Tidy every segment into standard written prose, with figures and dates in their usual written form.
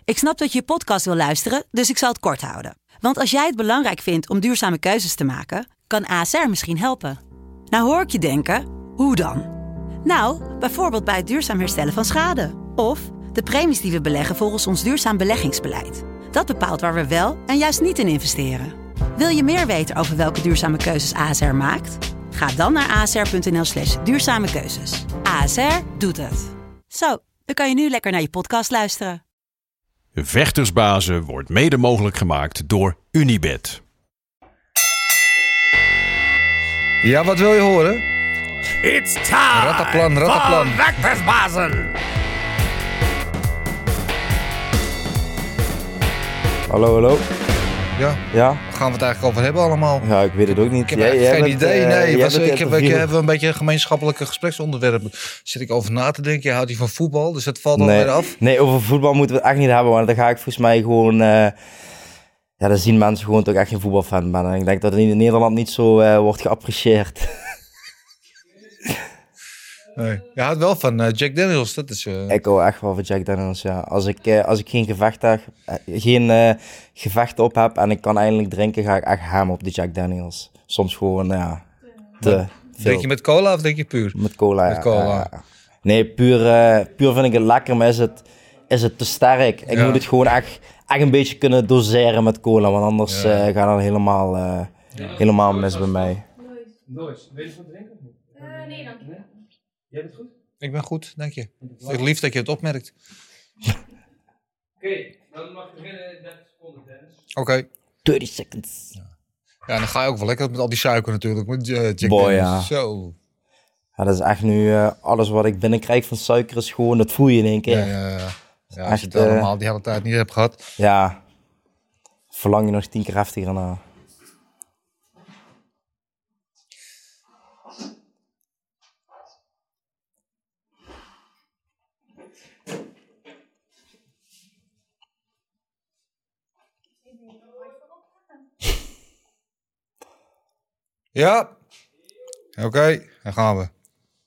Ik snap dat je podcast wil luisteren, dus ik zal het kort houden. Want als jij het belangrijk vindt om duurzame keuzes te maken, kan ASR misschien helpen. Nou hoor ik je denken, hoe dan? Nou, bijvoorbeeld bij het duurzaam herstellen van schade. Of de premies die we beleggen volgens ons duurzaam beleggingsbeleid. Dat bepaalt waar we wel en juist niet in investeren. Wil je meer weten over welke duurzame keuzes ASR maakt? Ga dan naar asr.nl/duurzame keuzes. ASR doet het. Zo, dan kan je nu lekker naar je podcast luisteren. Vechtersbazen wordt mede mogelijk gemaakt door Unibet. Ja, wat wil je horen? It's time Rattenplan. voor Vechtersbazen. Hallo. Ja? Waar gaan we het eigenlijk over hebben allemaal? Ja, ik weet het ook niet. Ik heb eigenlijk geen idee. Ik heb een beetje een gemeenschappelijke gespreksonderwerp. Zit ik over na te denken. Je houdt hier van voetbal, dus dat valt alweer af. Nee, over voetbal moeten we het echt niet hebben, want dan ga ik volgens mij gewoon... Ja, dan zien mensen gewoon dat ik echt geen voetbalfan ben. En ik denk dat het in Nederland niet zo wordt geapprecieerd. Nee. Je houdt wel van Jack Daniels, dat is... Ik hou echt wel van Jack Daniels, ja. Als ik geen gevechten op heb en ik kan eindelijk drinken, ga ik echt ham op de Jack Daniels. Soms gewoon, te veel. Drink je met cola of drink je puur? Met cola, Met cola. Ja. Nee, puur vind ik het lekker, maar is het te sterk. Ik moet het gewoon echt een beetje kunnen doseren met cola, want anders gaat het helemaal mis bij mij. Nooit. Wil je wat drinken of niet? Nee, dank je. Jij bent goed? Ik ben goed, dank je. Ik lief dat je het opmerkt. Oké, dan mag je beginnen in 30 seconden, Dennis. Oké. 30 seconds. Ja, dan ga je ook wel lekker met al die suiker natuurlijk. Met Jack Boy, Daniels. ja. Zo. Ja, dat is echt nu alles wat ik binnenkrijg van suiker is gewoon, dat voel je in één keer. Ja, als je het allemaal die hele tijd niet hebt gehad. Ja, verlang je nog 10 keer heftiger naar. Ja. Oké, dan gaan we.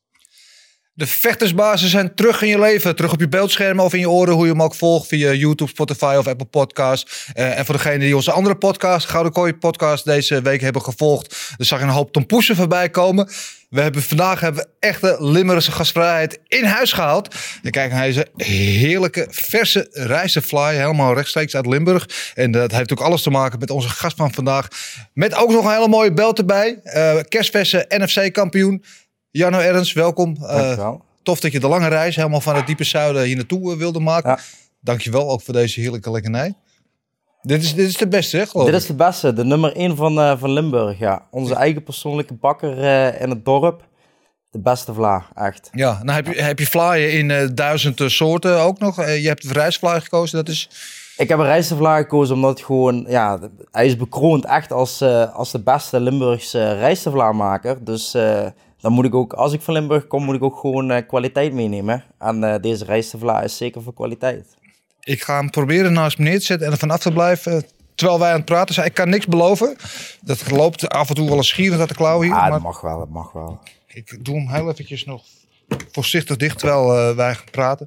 De vechtersbazen zijn terug in je leven. Terug op je beeldschermen of in je oren. Hoe je hem ook volgt via YouTube, Spotify of Apple Podcasts. En voor degenen die onze andere podcast, Gouden Kooi podcast, deze week hebben gevolgd. Er zag een hoop tompoesen voorbij komen. Vandaag hebben we echte Limburgse gastvrijheid in huis gehaald. En kijk naar deze heerlijke verse rijstefly. Helemaal rechtstreeks uit Limburg. En dat heeft ook alles te maken met onze gast van vandaag. Met ook nog een hele mooie belt erbij. Kerstverse NFC-kampioen. Jarno Ernst, welkom. Tof dat je de lange reis helemaal van het diepe zuiden hier naartoe wilde maken. Ja. Dankjewel ook voor deze heerlijke lekkernij. Dit is de beste, hè, geloof ik? Dit is de beste, de nummer 1 van Limburg, ja. Onze eigen persoonlijke bakker in het dorp. De beste vla, echt. Ja, nou heb je vlaaien in 1000 soorten ook nog. Je hebt de rijstvlaai gekozen, dat is... Ik heb een rijstvlaai gekozen omdat het gewoon... Ja, hij is bekroond echt als de beste Limburgse rijstvlaaimaker. Dus... dan moet ik ook, als ik van Limburg kom, moet ik ook gewoon kwaliteit meenemen. En deze rijstevla is zeker voor kwaliteit. Ik ga hem proberen naast me neer te zetten en er vanaf te blijven terwijl wij aan het praten zijn. Ik kan niks beloven. Dat loopt af en toe wel eens schierend uit de klauw hier. Maar dat mag wel. Ik doe hem heel eventjes nog voorzichtig dicht terwijl wij gaan praten.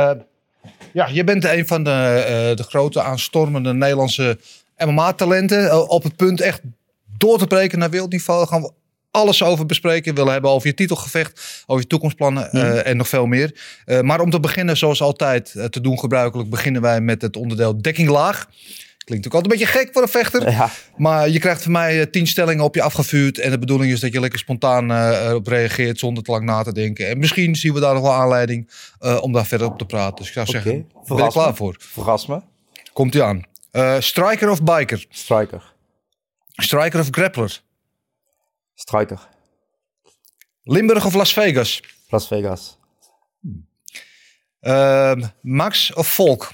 Ja, je bent een van de grote aanstormende Nederlandse MMA-talenten. Op het punt echt door te breken naar wereldniveau. Daar gaan we alles over bespreken. We willen hebben over je titelgevecht, over je toekomstplannen en nog veel meer. Maar om te beginnen, zoals altijd te doen gebruikelijk, beginnen wij met het onderdeel dekking laag. Klinkt ook altijd een beetje gek voor een vechter. Ja. Maar je krijgt van mij 10 stellingen op je afgevuurd. En de bedoeling is dat je lekker spontaan op reageert zonder te lang na te denken. En misschien zien we daar nog wel aanleiding om daar verder op te praten. Dus ik zou zeggen, ben je klaar voor? Verras me. Komt-ie aan. Striker of biker? Striker. Striker of grappler? Striker. Limburg of Las Vegas? Las Vegas. Max of Volk?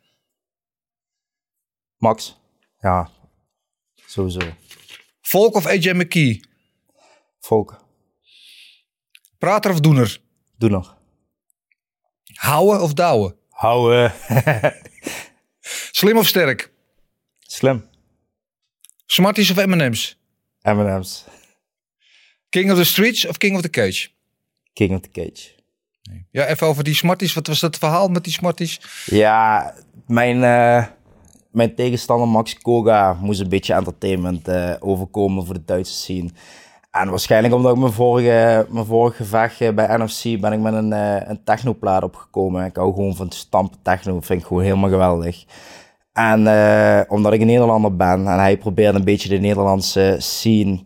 Max. Ja, sowieso. Volk of AJ McKee? Volk. Prater of doener? Doener. Houden of douwen? Houden. Slim of sterk? Slim. Smarties of M&M's? M&M's. King of the streets of King of the cage? King of the cage. Ja, even over die Smarties. Wat was dat verhaal met die Smarties? Ja, mijn tegenstander Max Koga moest een beetje entertainment overkomen voor de Duitse scene. En waarschijnlijk omdat ik mijn vorige gevecht bij NFC ben ik met een technoplaat opgekomen. Ik hou gewoon van stampen techno, vind ik gewoon helemaal geweldig. En omdat ik een Nederlander ben en hij probeert een beetje de Nederlandse scene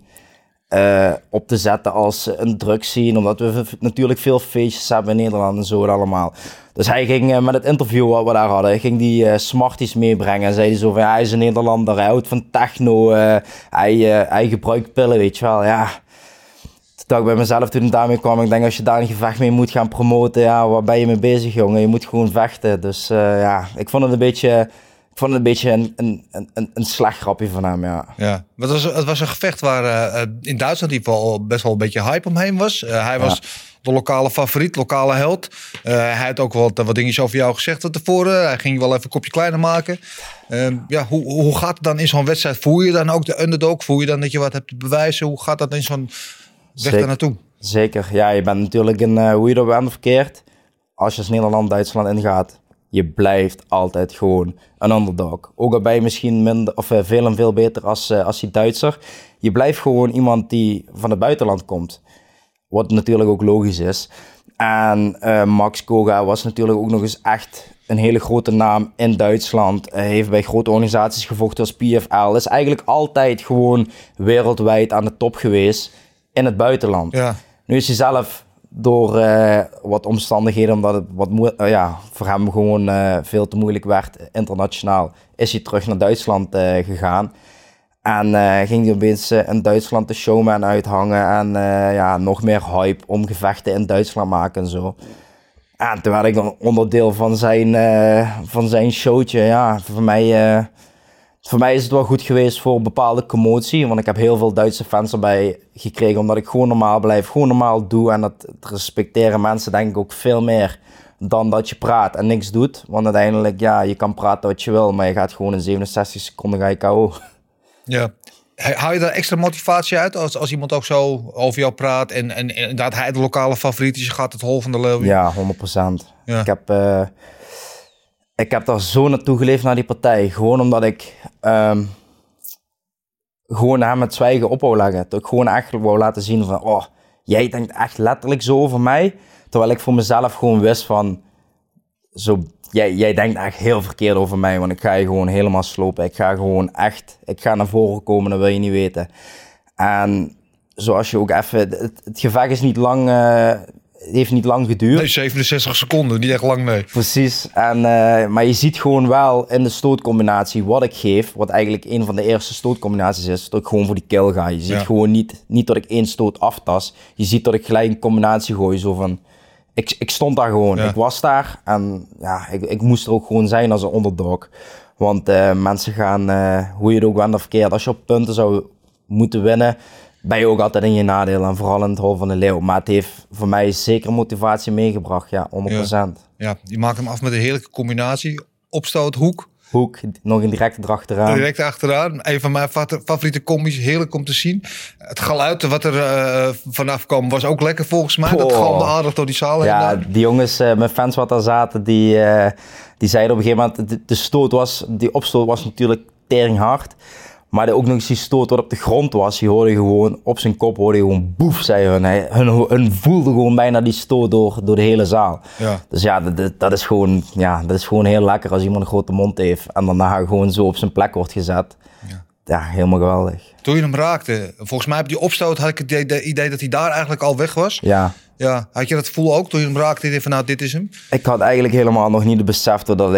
op te zetten als een drugscene. Omdat we natuurlijk veel feestjes hebben in Nederland en zo en allemaal. Dus hij ging met het interview wat we daar hadden, ging die Smarties meebrengen. En zei hij zo van, ja, hij is een Nederlander, hij houdt van techno, hij gebruikt pillen, weet je wel. Ja, toen dacht ik bij mezelf toen het daarmee kwam, ik denk als je daar een gevecht mee moet gaan promoten, ja, waar ben je mee bezig, jongen? Je moet gewoon vechten. Dus ja, ik vond het een beetje een slecht grapje van hem, ja. Ja, het was een gevecht waar in Duitsland in ieder geval best wel een beetje hype omheen was. Hij was de lokale favoriet, lokale held. Hij had ook wat dingetjes over jou gezegd van tevoren. Hij ging wel even een kopje kleiner maken. Ja, hoe gaat het dan in zo'n wedstrijd? Voel je dan ook de underdog? Voel je dan dat je wat hebt te bewijzen? Hoe gaat dat in zo'n weg daar naartoe? Zeker, ja, je bent natuurlijk hoe je er bent of verkeerd. Als je als Nederland Duitsland ingaat, je blijft altijd gewoon een underdog. Ook al ben je misschien veel en veel beter als die Duitser. Je blijft gewoon iemand die van het buitenland komt. Wat natuurlijk ook logisch is. En Max Koga was natuurlijk ook nog eens echt een hele grote naam in Duitsland. Hij heeft bij grote organisaties gevochten als PFL. Is eigenlijk altijd gewoon wereldwijd aan de top geweest in het buitenland. Ja. Nu is hij zelf door wat omstandigheden, omdat het voor hem gewoon veel te moeilijk werd internationaal, is hij terug naar Duitsland gegaan. En ging hij opeens in Duitsland de showman uithangen en nog meer hype om gevechten in Duitsland maken en zo. En toen werd ik dan onderdeel van zijn showtje. Ja, voor mij is het wel goed geweest voor bepaalde commotie, want ik heb heel veel Duitse fans erbij gekregen, omdat ik gewoon normaal blijf, gewoon normaal doe. En dat respecteren mensen denk ik ook veel meer dan dat je praat en niks doet. Want uiteindelijk, ja, je kan praten wat je wil, maar je gaat gewoon in 67 seconden ga je KO. Ja. Haal je daar extra motivatie uit als iemand ook zo over jou praat en inderdaad hij de lokale favoriet is, je gaat het hol van de leeuw? Ja, 100%. Ja. Ik heb daar zo naartoe geleefd naar die partij. Gewoon omdat ik gewoon hem het zwijgen op wou leggen. Dat ik gewoon echt wou laten zien van, oh, jij denkt echt letterlijk zo over mij. Terwijl ik voor mezelf gewoon wist van, jij denkt echt heel verkeerd over mij. Want ik ga je gewoon helemaal slopen. Ik ga naar voren komen, dat wil je niet weten. En zoals je ook even, het gevecht is niet lang... Het heeft niet lang geduurd. Nee, 67 seconden, niet echt lang, nee. Precies, maar je ziet gewoon wel in de stootcombinatie wat ik geef, wat eigenlijk een van de eerste stootcombinaties is, dat ik gewoon voor die kill ga. Je ziet gewoon niet dat ik één stoot aftas. Je ziet dat ik gelijk een combinatie gooi, zo van... Ik stond daar gewoon, ik was daar en ja, ik moest er ook gewoon zijn als een underdog. Want mensen gaan, hoe je het ook bent of verkeerd, als je op punten zou moeten winnen, ben je ook altijd in je nadeel en vooral in het hol van de leeuw. Maar het heeft voor mij zeker motivatie meegebracht, ja, 100%. Ja, je maakt hem af met een heerlijke combinatie. Opstoot, hoek. Hoek, nog een directe erachteraan. Direct achteraan. Een van mijn favoriete combi's, heerlijk om te zien. Het geluid wat er vanaf kwam was ook lekker volgens mij. Dat galmde aardig door die zaal. Ja, die jongens, mijn fans wat daar zaten, die zeiden op een gegeven moment, die opstoot was natuurlijk teringhard. Maar ook nog eens die stoot wat op de grond was, die hoorde gewoon op zijn kop, hoorde je gewoon boef, zei hun voelde gewoon bijna die stoot door de hele zaal. Ja. Dus ja, dat is gewoon heel lekker als iemand een grote mond heeft en daarna gewoon zo op zijn plek wordt gezet. Ja, helemaal geweldig. Toen je hem raakte, volgens mij op die opstoot had ik het idee dat hij daar eigenlijk al weg was. Ja. Ja, had je dat gevoel ook toen je hem raakte, van nou, dit is hem? Ik had eigenlijk helemaal nog niet het besef dat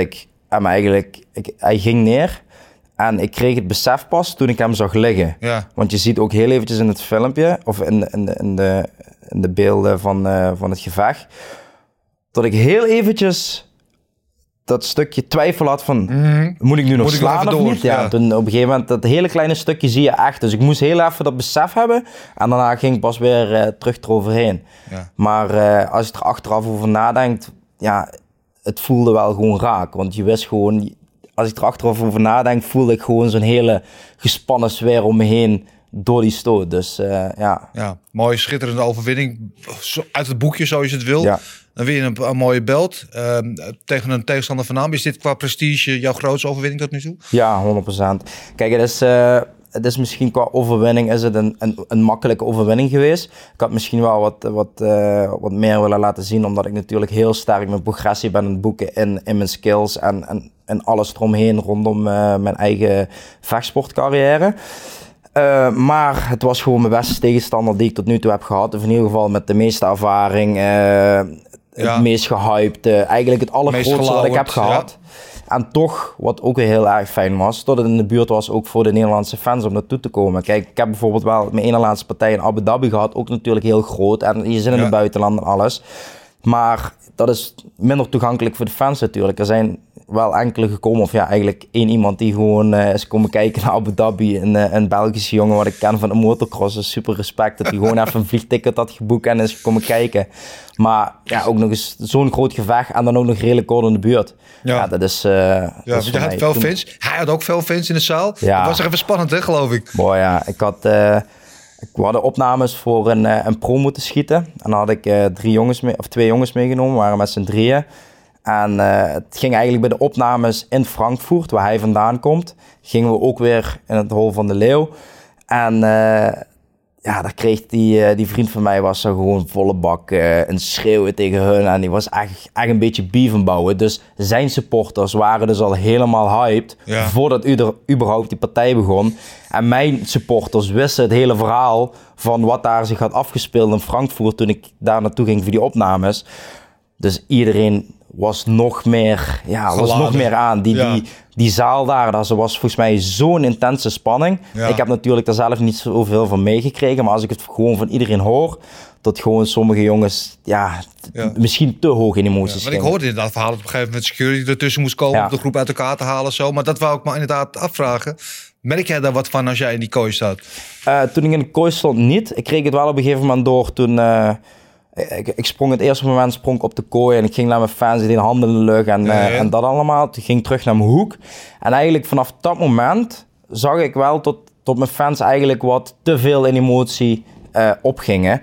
hij ging neer. En ik kreeg het besef pas toen ik hem zag liggen. Ja. Want je ziet ook heel eventjes in het filmpje, of in de beelden van het gevecht, dat ik heel eventjes dat stukje twijfel had van, moet ik nu nog slaan of niet? Ja, toen op een gegeven moment, dat hele kleine stukje zie je echt. Dus ik moest heel even dat besef hebben. En daarna ging ik pas weer terug eroverheen. Ja. Maar als je er achteraf over nadenkt, ja, het voelde wel gewoon raak. Want je wist gewoon... Als ik er achteraf over nadenk, voelde ik gewoon zo'n hele gespannen sfeer om me heen door die stoot. Dus ja. Ja, mooie, schitterende overwinning. Uit het boekje, zoals je het wil. Ja. Dan win je een mooie belt tegen een tegenstander van naam. Is dit qua prestige jouw grootste overwinning tot nu toe? Ja, 100%. Kijk, het is misschien qua overwinning is het een makkelijke overwinning geweest. Ik had misschien wel wat meer willen laten zien, omdat ik natuurlijk heel sterk mijn progressie ben aan het boeken in mijn skills en alles eromheen rondom mijn eigen vechtsportcarrière. Maar het was gewoon mijn beste tegenstander die ik tot nu toe heb gehad. Of in ieder geval met de meeste ervaring, het meest gehyped, eigenlijk het allergrootste wat ik heb gehad. Ja. En toch, wat ook weer heel erg fijn was, dat het in de buurt was ook voor de Nederlandse fans om naartoe te komen. Kijk, ik heb bijvoorbeeld wel mijn ene laatste partij in Abu Dhabi gehad, ook natuurlijk heel groot. En je zit in het buitenland en alles. Maar dat is minder toegankelijk voor de fans natuurlijk. Er zijn wel enkele gekomen, of ja, eigenlijk één iemand die gewoon is komen kijken naar Abu Dhabi. Een Belgische jongen wat ik ken van de motocross. Dus super respect dat hij gewoon even een vliegticket had geboekt en is komen kijken. Maar ja, ook nog eens zo'n groot gevecht en dan ook nog redelijk kort in de buurt. Ja, dat is... want je had veel fans. Hij had ook veel fans in de zaal. Ja. Dat was er even spannend, hè, geloof ik. Boah, ja, we hadden opnames voor een pro moeten schieten. En dan had ik 2 jongens meegenomen, we waren met z'n drieën. En het ging eigenlijk bij de opnames in Frankfurt, waar hij vandaan komt, gingen we ook weer in het Hol van de Leeuw. En daar kreeg die vriend van mij was er gewoon volle bak een schreeuwen tegen hun. En die was echt een beetje beef bouwen. Dus zijn supporters waren dus al helemaal hyped voordat überhaupt die partij begon. En mijn supporters wisten het hele verhaal van wat daar zich had afgespeeld in Frankfurt toen ik daar naartoe ging voor die opnames. Dus iedereen was nog meer aan. Die zaal daar was volgens mij zo'n intense spanning. Ja. Ik heb natuurlijk daar zelf niet zoveel van meegekregen. Maar als ik het gewoon van iedereen hoor, dat gewoon sommige jongens misschien te hoog in emoties gingen. Ik hoorde inderdaad verhaal dat op een gegeven moment security ertussen moest komen om de groep uit elkaar te halen. Zo. Maar dat wou ik me inderdaad afvragen. Merk jij daar wat van als jij in die kooi staat? Toen ik in de kooi stond niet. Ik kreeg het wel op een gegeven moment door toen... Ik sprong het eerste moment op de kooi en ik ging naar mijn fans, die deden handen in de lucht en dat allemaal. Toen ging ik terug naar mijn hoek. En eigenlijk vanaf dat moment zag ik wel tot mijn fans eigenlijk wat te veel in emotie opgingen.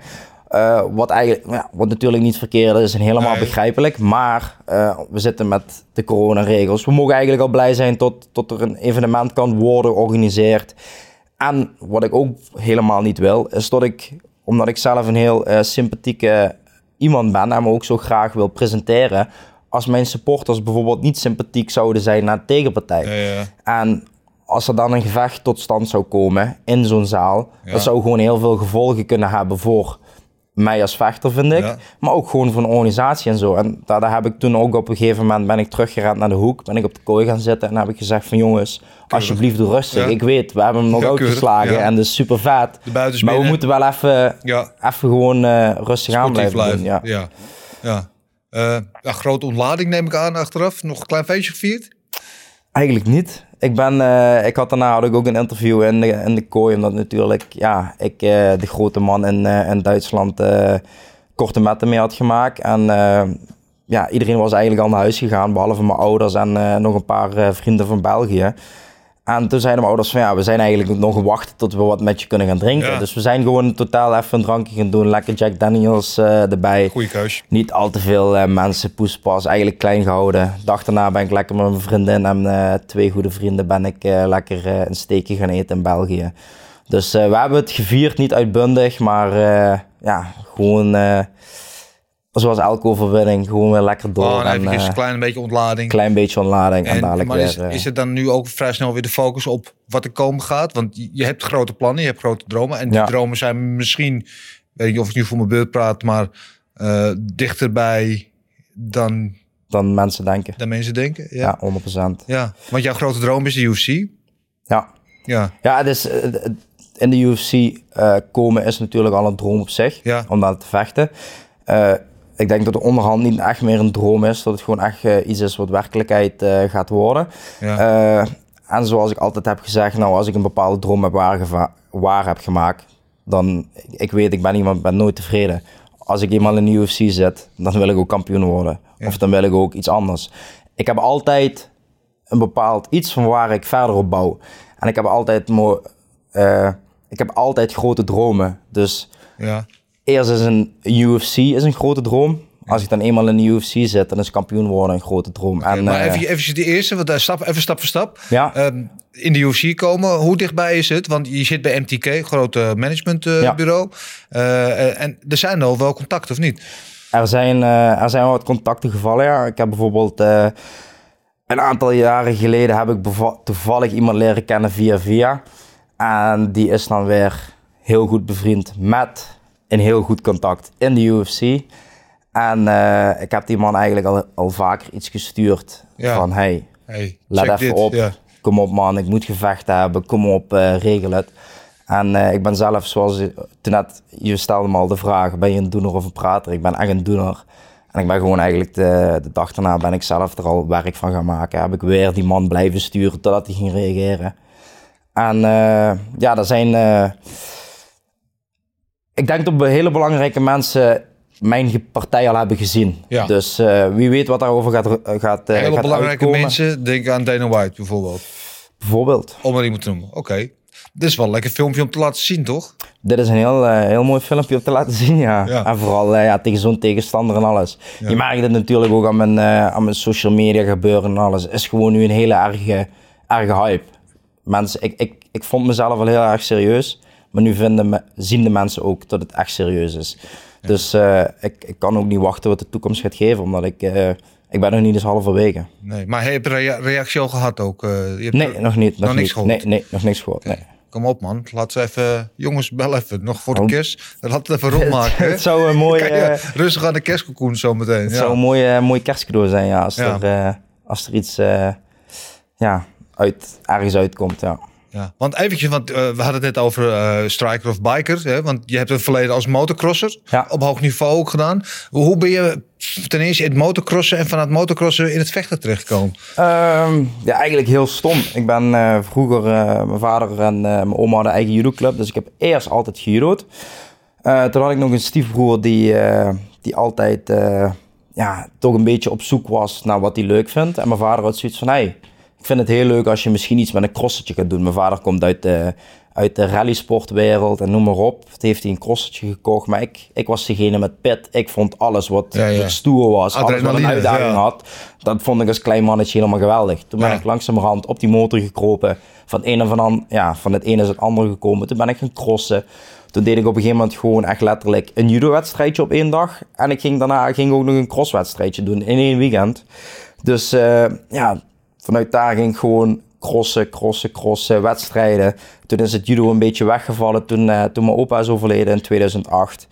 Wat natuurlijk niet verkeerd is en helemaal begrijpelijk. Maar we zitten met de coronaregels. We mogen eigenlijk al blij zijn tot er een evenement kan worden georganiseerd. En wat ik ook helemaal niet wil, is dat omdat ik zelf een heel sympathieke iemand ben en me ook zo graag wil presenteren, als mijn supporters bijvoorbeeld niet sympathiek zouden zijn naar de tegenpartij. Ja. En als er dan een gevecht tot stand zou komen in zo'n zaal, dat zou gewoon heel veel gevolgen kunnen hebben voor mij als vechter, vind ik. Ja. Maar ook gewoon voor een organisatie en zo. En daar heb ik toen ook op een gegeven moment ben ik teruggerend naar de hoek. Ben ik op de kooi gaan zitten en heb ik gezegd van jongens, alsjeblieft doe rustig. Ja. Ik weet, we hebben hem nog uitgeslagen en dat is super vet. Maar we moeten wel even gewoon rustig aan blijven doen. Grote ontlading neem ik aan achteraf. Nog een klein feestje gevierd? Eigenlijk niet. Ik had daarna ook een interview in de kooi, omdat natuurlijk ik de grote man in Duitsland korte metten mee had gemaakt. En iedereen was eigenlijk al naar huis gegaan, behalve mijn ouders en nog een paar vrienden van België. En toen zeiden mijn ouders van we zijn eigenlijk nog gewacht tot we wat met je kunnen gaan drinken. Ja. Dus we zijn gewoon totaal even een drankje gaan doen. Lekker Jack Daniels erbij. Goeie keus. Niet al te veel mensen, poespas, eigenlijk klein gehouden. De dag daarna ben ik lekker met mijn vriendin en 2 goede vrienden ben ik lekker een steekje gaan eten in België. Dus we hebben het gevierd, niet uitbundig, maar gewoon... zoals elke overwinning, gewoon weer lekker door. Even een klein beetje ontlading. Klein beetje ontlading en dadelijk maar weer... Is het dan nu ook vrij snel weer de focus op wat er komen gaat? Want je hebt grote plannen, je hebt grote dromen. En die dromen zijn misschien, weet ik niet of ik nu voor mijn beurt praat, maar dichterbij dan mensen denken. Dan mensen denken, ja 100%. Ja, want jouw grote droom is de UFC. Ja, het is... in de UFC komen is natuurlijk al een droom op zich, om daar te vechten. Ik denk dat de onderhand niet echt meer een droom is. Dat het gewoon echt iets is wat werkelijkheid gaat worden. Ja. En zoals ik altijd heb gezegd, als ik een bepaalde droom heb waar heb gemaakt, dan, ik weet, ik ben nooit tevreden. Als ik eenmaal in de UFC zit, dan wil ik ook kampioen worden. Ja. Of dan wil ik ook iets anders. Ik heb altijd een bepaald iets van waar ik verder op bouw. En ik heb altijd grote dromen. Dus... Ja. Eerst is een UFC een grote droom. Als ik dan eenmaal in de UFC zit, dan is kampioen worden een grote droom. Okay, maar even die eerste, want stap voor stap. Ja. In de UFC komen, hoe dichtbij is het? Want je zit bij MTK, grote managementbureau. En er zijn al wel contacten, of niet? Er zijn wel wat contacten gevallen, ja. Ik heb bijvoorbeeld een aantal jaren geleden heb ik toevallig iemand leren kennen via. En die is dan weer heel goed bevriend met een heel goed contact in de UFC. En ik heb die man eigenlijk al vaker iets gestuurd van hey let even dit, op, kom op man, ik moet gevechten hebben, kom op, regel het. En ik ben zelf, zoals toen net, je stelde me al de vraag, ben je een doener of een prater? Ik ben echt een doener. En ik ben gewoon eigenlijk de dag daarna ben ik zelf er al werk van gaan maken. Heb ik weer die man blijven sturen totdat hij ging reageren. En er zijn... ik denk dat hele belangrijke mensen mijn partij al hebben gezien. Ja. Dus wie weet wat daarover gaat hele belangrijke uitkomen. mensen, denk aan Dana White bijvoorbeeld. Bijvoorbeeld. Om er iemand te noemen, oké. Dit is wel een lekker filmpje om te laten zien, toch? Dit is een heel mooi filmpje om te laten zien, ja. En vooral tegen zo'n tegenstander en alles. Ja. Je merkt het natuurlijk ook aan mijn social media gebeuren en alles. Het is gewoon nu een hele erge hype. Mensen, ik vond mezelf al heel erg serieus. Maar nu zien de mensen ook dat het echt serieus is. Ja. Dus ik kan ook niet wachten wat de toekomst gaat geven. Omdat ik ben nog niet eens halverwege. Nee, maar heb je reactie al gehad ook? Nee, nog niet. Nog niks gehoord? Nee, nog niks gehoord. Okay. Nee. Kom op man, laat ze even... Jongens, bel even. Nog voor de kerst. Laat het even rondmaken. Het zou een mooie... rustig aan de kerstcocoon zometeen. Het zou een mooi kerstcadeau zijn, ja. Als er iets ergens uitkomt, ja. Ja, want eventjes, we hadden het net over striker of biker. Hè? Want je hebt een verleden als motocrosser. Ja. Op hoog niveau ook gedaan. Hoe ben je ten eerste in het motocrossen en vanuit motocrossen in het vechten terechtgekomen? Eigenlijk heel stom. Ik ben vroeger, mijn vader en mijn oma hadden een eigen judoclub. Dus ik heb eerst altijd gejudo'd. Toen had ik nog een stiefbroer die altijd toch een beetje op zoek was naar wat hij leuk vindt. En mijn vader had zoiets van, ik vind het heel leuk als je misschien iets met een crossertje gaat doen. Mijn vader komt uit de rallysportwereld en noem maar op. Het heeft hij een crossertje gekocht, maar ik was degene met pit. Ik vond alles wat stoer was, alles wat een uitdaging had. Dat vond ik als klein mannetje helemaal geweldig. Toen ben ik langzamerhand op die motor gekropen. Van het ene is het andere gekomen. Toen ben ik gaan crossen. Toen deed ik op een gegeven moment gewoon echt letterlijk een judo-wedstrijdje op 1 dag. En ik ging daarna ook nog een crosswedstrijdje doen in 1 weekend. Dus vanuit daar ging ik gewoon crossen, wedstrijden. Toen is het judo een beetje weggevallen toen mijn opa is overleden in 2008.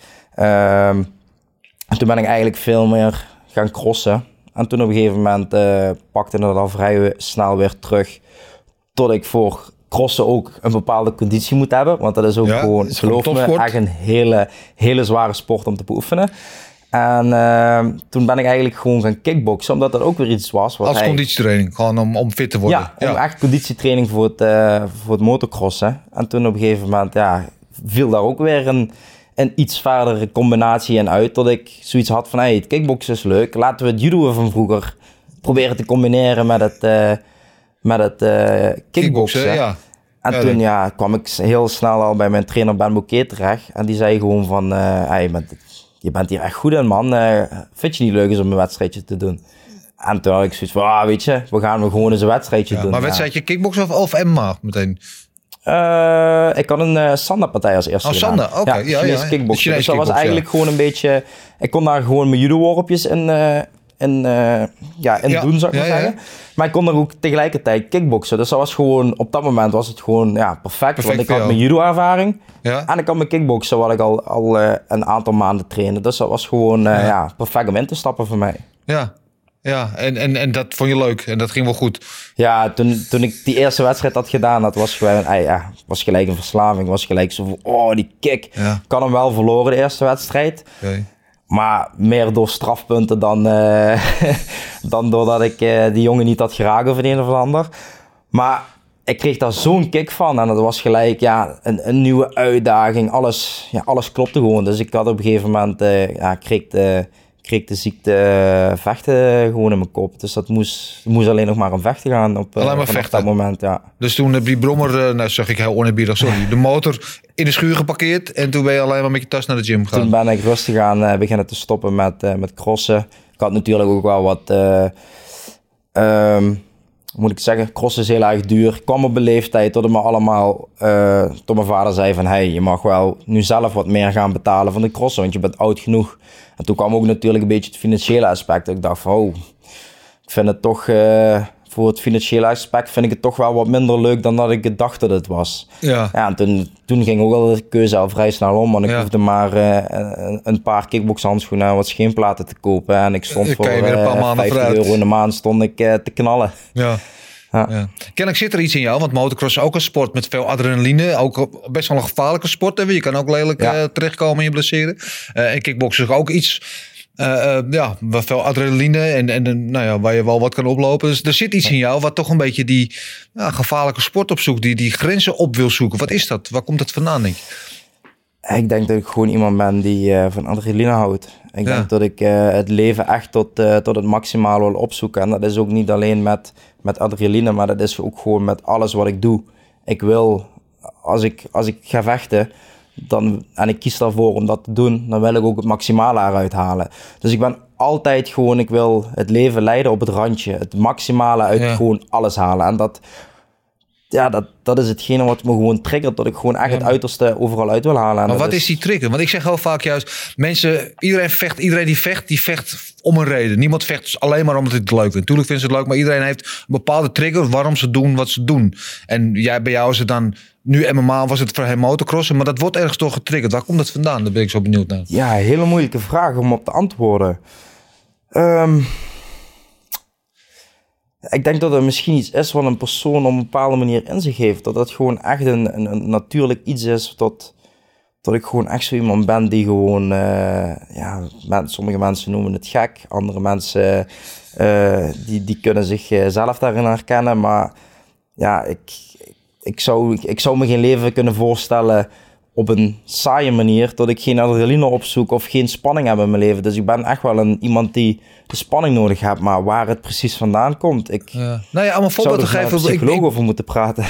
Toen ben ik eigenlijk veel meer gaan crossen. En toen op een gegeven moment pakte het al vrij snel weer terug. Tot ik voor crossen ook een bepaalde conditie moet hebben. Want dat is ook gewoon, geloof me, echt een hele zware sport om te beoefenen. En toen ben ik eigenlijk gewoon gaan kickboksen, omdat dat ook weer iets was. Als conditietraining, gewoon om fit te worden. Ja, om echt conditietraining voor het motocrossen. En toen op een gegeven moment viel daar ook weer een iets verdere combinatie in uit. Dat ik zoiets had van, het kickboksen is leuk. Laten we het judo van vroeger proberen te combineren met het kickboksen. Ja. En toen kwam ik heel snel al bij mijn trainer Ben Bouquet terecht. En die zei gewoon van, je bent hier echt goed in, man. Vind je niet leuk eens om een wedstrijdje te doen? En toen had ik zoiets van, weet je, we gaan gewoon eens een wedstrijdje doen. Maar wedstrijdje kickboksen of MMA meteen? Ik had een Sanda-partij als eerste gedaan. Sanda, oké. Ja, kickboksen. Dus dat was eigenlijk gewoon een beetje... Ik kon daar gewoon mijn judo-worpjes in doen, zou ik maar zeggen. Maar ik kon er ook tegelijkertijd kickboksen. Dus dat was gewoon, op dat moment was het gewoon perfect. Want ik had mijn judo-ervaring. Ja. En ik had mijn kickboksen, wat ik al een aantal maanden trainde. Dus dat was gewoon perfect om in te stappen voor mij. Ja, en dat vond je leuk en dat ging wel goed. Ja, toen ik die eerste wedstrijd had gedaan, dat was gewoon, was gelijk een verslaving. Was gelijk zo van, die kick. Ja. Ik had hem wel verloren, de eerste wedstrijd. Okay. Maar meer door strafpunten dan doordat ik die jongen niet had geraakt of het een of ander. Maar ik kreeg daar zo'n kick van. En dat was gelijk een nieuwe uitdaging. Alles klopte gewoon. Dus ik had op een gegeven moment kreeg kreeg de ziekte vechten gewoon in mijn kop. Dus dat moest alleen nog maar om vechten gaan op vanaf dat moment, ja. Dus toen heb die brommer, nou zeg ik heel oneerbiedig, sorry, de motor in de schuur geparkeerd en toen ben je alleen maar met je tas naar de gym gegaan. Toen ben ik rustig aan beginnen te stoppen met crossen. Ik had natuurlijk ook wel wat, moet ik zeggen, crossen is heel erg duur. Ik kwam op een leeftijd tot het me allemaal, tot mijn vader zei van, hey, je mag wel nu zelf wat meer gaan betalen van de crossen, want je bent oud genoeg. En toen kwam ook natuurlijk een beetje het financiële aspect. Ik dacht van, oh, ik vind het toch, voor het financiële aspect vind ik het toch wel wat minder leuk dan dat ik dacht dat het was. Ja. Ja, en toen ging ook al de keuze al vrij snel om, want ik hoefde maar een paar kickboxhandschoenen en wat scheenplaten te kopen. En ik stond voor €50 in de maand stond ik te knallen. Ja. Ja. Kennelijk zit er iets in jou, want motocross is ook een sport met veel adrenaline. Ook best wel een gevaarlijke sport. Hè? Je kan ook lelijk terechtkomen in je blesseren. En kickboksen is ook iets waar veel adrenaline en nou ja, waar je wel wat kan oplopen. Dus er zit iets in jou wat toch een beetje die gevaarlijke sport opzoekt. Die grenzen op wil zoeken. Wat is dat? Waar komt dat vandaan, denk je? Ik denk dat ik gewoon iemand ben die van adrenaline houdt. Ik denk dat ik het leven echt tot het maximale wil opzoeken. En dat is ook niet alleen met adrenaline, maar dat is ook gewoon met alles wat ik doe. Ik wil, als ik ga vechten, en ik kies daarvoor om dat te doen, dan wil ik ook het maximale eruit halen. Dus ik ben altijd gewoon, ik wil het leven leiden op het randje. Het maximale uit gewoon alles halen. En dat is hetgene wat me gewoon triggert, dat ik gewoon echt het uiterste overal uit wil halen. Maar wat is die trigger? Want ik zeg heel vaak juist, iedereen die vecht om een reden. Niemand vecht dus alleen maar omdat hij het leuk vindt. Natuurlijk vinden ze het leuk, maar iedereen heeft een bepaalde trigger waarom ze doen wat ze doen. En bij jou is het dan, nu MMA was het voor hem motocrossen, maar dat wordt ergens toch getriggerd. Waar komt dat vandaan? Daar ben ik zo benieuwd naar. Ja, hele moeilijke vraag om op te antwoorden. Ik denk dat er misschien iets is wat een persoon op een bepaalde manier in zich heeft. Dat dat gewoon echt een natuurlijk iets is. Dat ik gewoon echt zo iemand ben die gewoon... sommige mensen noemen het gek. Andere mensen die kunnen zichzelf daarin herkennen. Maar ja, ik zou me geen leven kunnen voorstellen op een saaie manier, dat ik geen adrenaline opzoek of geen spanning heb in mijn leven. Dus ik ben echt wel iemand die de spanning nodig heeft, maar waar het precies vandaan komt. Nou ja, om een voorbeeld te geven, ik psycholoog over moeten praten.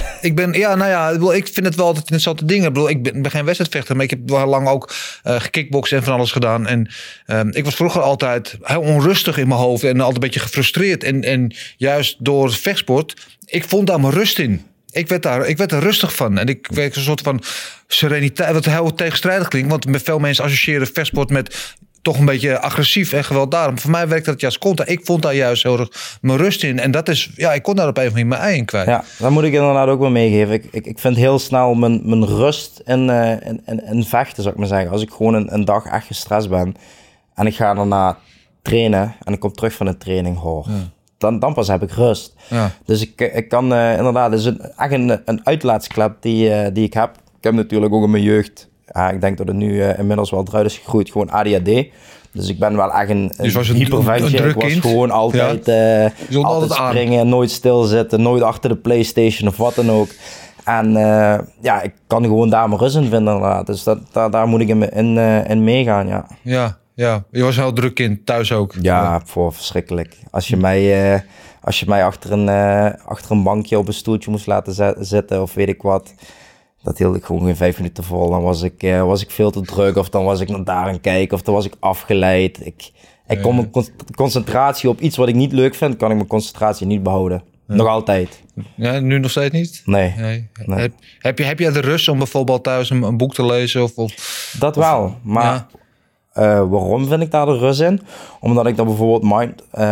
Ik vind het wel altijd interessante dingen. Ik ben geen wedstrijdvechter, maar ik heb wel lang ook gekickbokst en van alles gedaan. En ik was vroeger altijd heel onrustig in mijn hoofd en altijd een beetje gefrustreerd. En juist door vechtsport, ik vond daar mijn rust in. Ik werd er rustig van. En ik werd een soort van sereniteit, wat heel tegenstrijdig klinkt. Want met veel mensen associëren vechtsport met toch een beetje agressief en gewelddadig. Maar voor mij werkte dat juist contra. Ik vond daar juist heel erg mijn rust in. En dat is, ik kon daar op een of andere manier mijn ei in kwijt. Ja, dat moet ik inderdaad ook wel meegeven. Ik vind heel snel mijn rust in vechten, zou ik maar zeggen. Als ik gewoon een dag echt gestrest ben en ik ga daarna trainen en ik kom terug van de training, dan pas heb ik rust. Ja. Dus ik kan inderdaad, het is echt een uitlaatsklep die ik heb. Ik heb natuurlijk ook in mijn jeugd, ik denk dat het nu inmiddels wel eruit is gegroeid, gewoon ADHD. Dus ik ben wel echt een hyperventje. Ik was gewoon altijd springen, nooit stilzitten, nooit achter de PlayStation of wat dan ook. En ik kan gewoon daar mijn rust in vinden inderdaad. Dus daar moet ik in meegaan, Ja, je was heel druk kind, thuis ook. Ja, verschrikkelijk. Als je mij achter een bankje op een stoeltje moest laten zitten of weet ik wat, dat hield ik gewoon geen 5 minuten vol. Dan was ik veel te druk of dan was ik naar daar aan kijken of dan was ik afgeleid. Ik kon mijn concentratie op iets wat ik niet leuk vind, kan ik mijn concentratie niet behouden. Ja. Nog altijd. Ja, nu nog steeds niet? Nee. Heb je de rust om bijvoorbeeld thuis een boek te lezen? Dat wel, maar... Ja. Waarom vind ik daar de rust in? Omdat ik dan bijvoorbeeld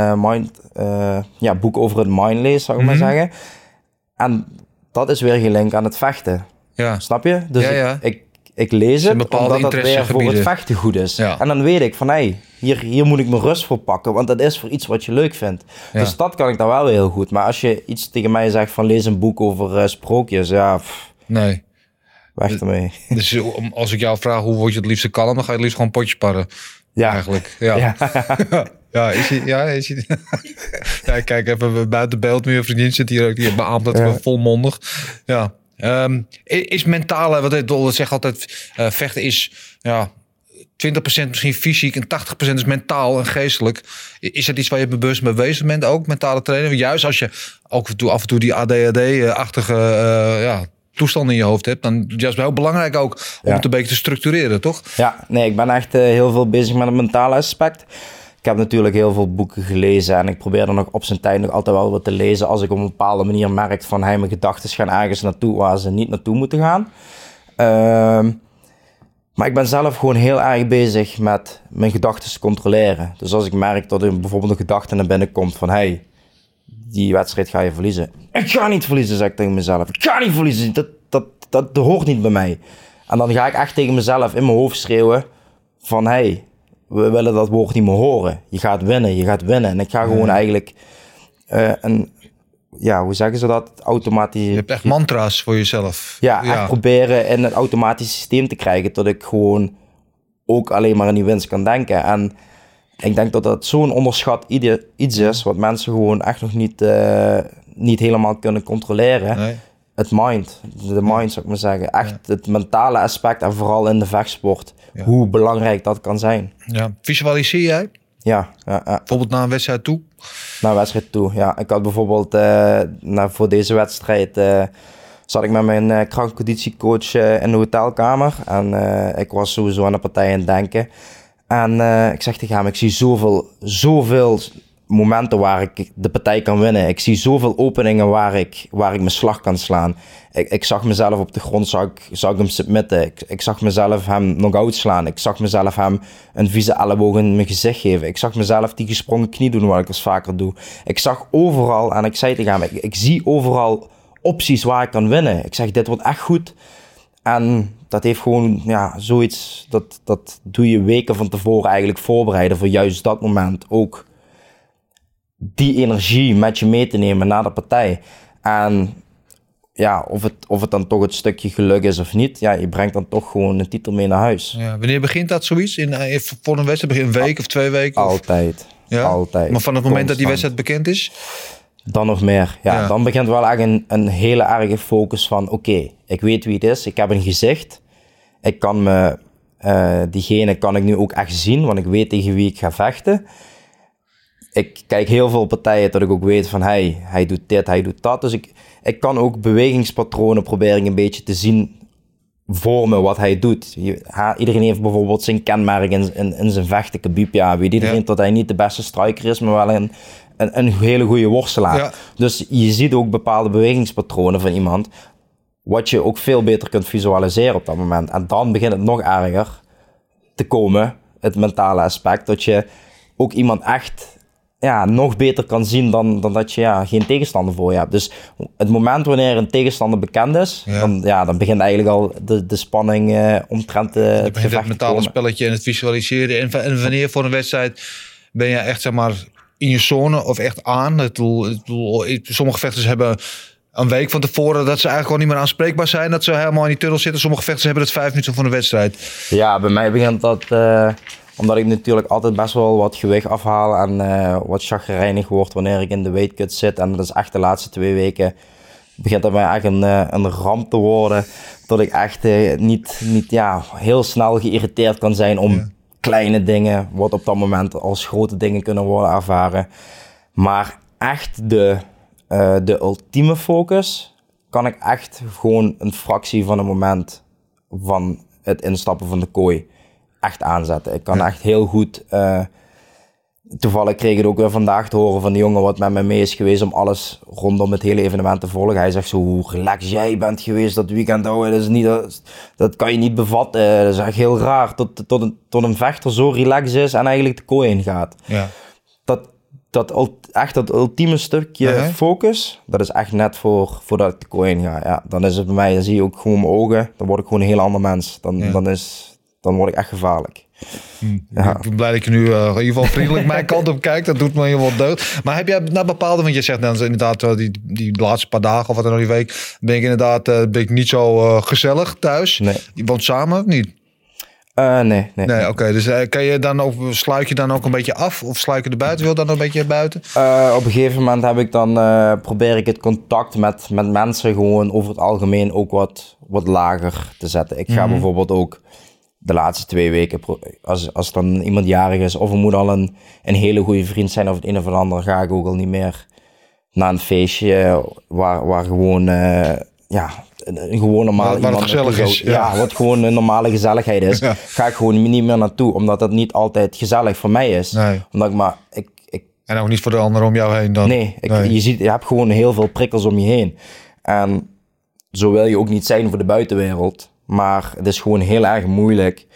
boek over het mind lees, zou ik maar zeggen. En dat is weer gelinkt aan het vechten. Ja. Snap je? Dus ik lees het omdat het weer voor het vechten goed is. Ja. En dan weet ik van, hier moet ik mijn rust voor pakken, want dat is voor iets wat je leuk vindt. Ja. Dus dat kan ik dan wel heel goed. Maar als je iets tegen mij zegt van lees een boek over sprookjes, nee. Weg ermee. Dus als ik jou vraag hoe word je het liefste kalm, dan ga je het liefst gewoon potjes sparren. Ja. Eigenlijk. Ja, is je... Ja, kijk even buiten beeld. Mijn vriendin zit hier ook. Die beaamt dat volmondig. Ja. Is mentale, wat zeg altijd, vechten is 20% misschien fysiek en 80% is mentaal en geestelijk. Is dat iets waar je bewust mee bezig bent ook, mentale training? Juist als je ook af en toe die ADHD-achtige toestanden in je hoofd hebt, dan juist heel belangrijk ook om het een beetje te structureren, toch? Ja, nee, ik ben echt heel veel bezig met het mentale aspect. Ik heb natuurlijk heel veel boeken gelezen en ik probeer dan nog op zijn tijd nog altijd wel wat te lezen als ik op een bepaalde manier merk van mijn gedachten gaan ergens naartoe waar ze niet naartoe moeten gaan. Maar ik ben zelf gewoon heel erg bezig met mijn gedachten te controleren. Dus als ik merk dat er bijvoorbeeld een gedachte naar binnen komt van die wedstrijd ga je verliezen. Ik ga niet verliezen, zeg ik tegen mezelf. Ik ga niet verliezen, dat hoort niet bij mij. En dan ga ik echt tegen mezelf in mijn hoofd schreeuwen van we willen dat woord niet meer horen. Je gaat winnen. En ik ga gewoon eigenlijk hoe zeggen ze dat? Automatisch. Je hebt echt mantra's voor jezelf. Ja, echt proberen in een automatisch systeem te krijgen, dat ik gewoon ook alleen maar aan die winst kan denken. En ik denk dat dat zo'n onderschat iets is, wat mensen gewoon echt nog niet helemaal kunnen controleren. Nee. Het mind, de mind zou ik maar zeggen. Echt het mentale aspect en vooral in de vechtsport. Ja. Hoe belangrijk dat kan zijn. Ja. Visualiseer jij? Ja. Bijvoorbeeld naar een wedstrijd toe? Naar een wedstrijd toe, ja. Ik had bijvoorbeeld voor deze wedstrijd zat ik met mijn krachtconditiecoach in de hotelkamer. En ik was sowieso aan de partij aan het denken. En ik zeg tegen hem, ik zie zoveel momenten waar ik de partij kan winnen. Ik zie zoveel openingen waar ik mijn slag kan slaan. Ik zag mezelf op de grond, zag ik hem submitten. Ik zag mezelf hem knock-out slaan. Ik zag mezelf hem een vieze elleboog in mijn gezicht geven. Ik zag mezelf die gesprongen knie doen, wat ik eens vaker doe. Ik zag overal, en ik zei tegen hem, ik zie overal opties waar ik kan winnen. Ik zeg, dit wordt echt goed. En dat heeft gewoon, zoiets, dat doe je weken van tevoren eigenlijk voorbereiden voor juist dat moment. Ook die energie met je mee te nemen naar de partij. En of het dan toch het stukje geluk is of niet, je brengt dan toch gewoon een titel mee naar huis. Ja, wanneer begint dat zoiets? Voor een wedstrijd begint een week of 2 weken? Altijd. Ja? Altijd. Maar van het moment dat die wedstrijd bekend is? Dan nog meer. Ja. Dan begint wel echt een hele erge focus van oké, ik weet wie het is, ik heb een gezicht. Ik kan diegene kan ik nu ook echt zien, want ik weet tegen wie ik ga vechten. Ik kijk heel veel partijen dat ik ook weet van hij doet dit, hij doet dat. Dus ik kan ook bewegingspatronen proberen een beetje te zien voor me wat hij doet. Iedereen heeft bijvoorbeeld zijn kenmerk in zijn vechten. Khabib, weet iedereen dat hij niet de beste striker is, maar wel een hele goede worstelaar. Ja. Dus je ziet ook bepaalde bewegingspatronen van iemand, wat je ook veel beter kunt visualiseren op dat moment. En dan begint het nog erger te komen, het mentale aspect, dat je ook iemand echt nog beter kan zien dan dat je geen tegenstander voor je hebt. Dus het moment wanneer een tegenstander bekend is, dan begint eigenlijk al de spanning omtrent het gevecht. Het mentale spelletje en het visualiseren. En wanneer voor een wedstrijd ben je echt, zeg maar, in je zone of echt aan? Sommige vechters hebben een week van tevoren dat ze eigenlijk gewoon niet meer aanspreekbaar zijn, dat ze helemaal in die tunnel zitten. Sommige vechters hebben het 5 minuten voor een wedstrijd. Ja, bij mij begint dat omdat ik natuurlijk altijd best wel wat gewicht afhaal en wat chagrijnig word wanneer ik in de weightcut zit. En dat is echt de laatste 2 weken begint dat mij echt een ramp te worden. Dat ik echt niet heel snel geïrriteerd kan zijn om kleine dingen, wat op dat moment als grote dingen kunnen worden ervaren. Maar echt de ultieme focus kan ik echt gewoon een fractie van een moment van het instappen van de kooi echt aanzetten. Ik kan echt heel goed. Toevallig kreeg ik het ook weer vandaag te horen van de jongen wat met mij mee is geweest om alles rondom het hele evenement te volgen. Hij zegt zo, hoe relaxed jij bent geweest dat weekend. Dat kan je niet bevatten. Dat is echt heel raar. Tot een vechter zo relaxed is en eigenlijk de kooi ingaat. Ja. Dat ultieme stukje focus, dat is echt net voordat ik de kooi inga. Ja, dan is het bij mij, dan zie je ook gewoon mijn ogen. Dan word ik gewoon een heel ander mens. Dan word ik echt gevaarlijk. Ja. Ik ben blij dat je nu in ieder geval vriendelijk mijn kant op kijkt. Dat doet me heel wat deugd. Maar heb jij naar bepaalde, want je zegt dan inderdaad die laatste paar dagen of wat dan nog die week, ben ik niet zo gezellig thuis. Nee. Je woont samen of niet? Nee. Oké. Dus sluit je dan ook een beetje af? Of sluit je er buiten? Wil je dan een beetje buiten? Op een gegeven moment heb ik dan probeer ik het contact met mensen gewoon over het algemeen ook wat lager te zetten. Ik ga bijvoorbeeld ook de laatste 2 weken, als dan iemand jarig is, of er moet al een hele goede vriend zijn of het een of ander, ga ik ook al niet meer naar een feestje waar gewoon, een gewoon normaal Waar het gezellig is. Ja, wat gewoon een normale gezelligheid is, ga ik gewoon niet meer naartoe, omdat dat niet altijd gezellig voor mij is. Nee. Omdat En ook niet voor de anderen om jou heen dan. Nee, je hebt gewoon heel veel prikkels om je heen. En zo wil je ook niet zijn voor de buitenwereld. Maar het is gewoon heel erg moeilijk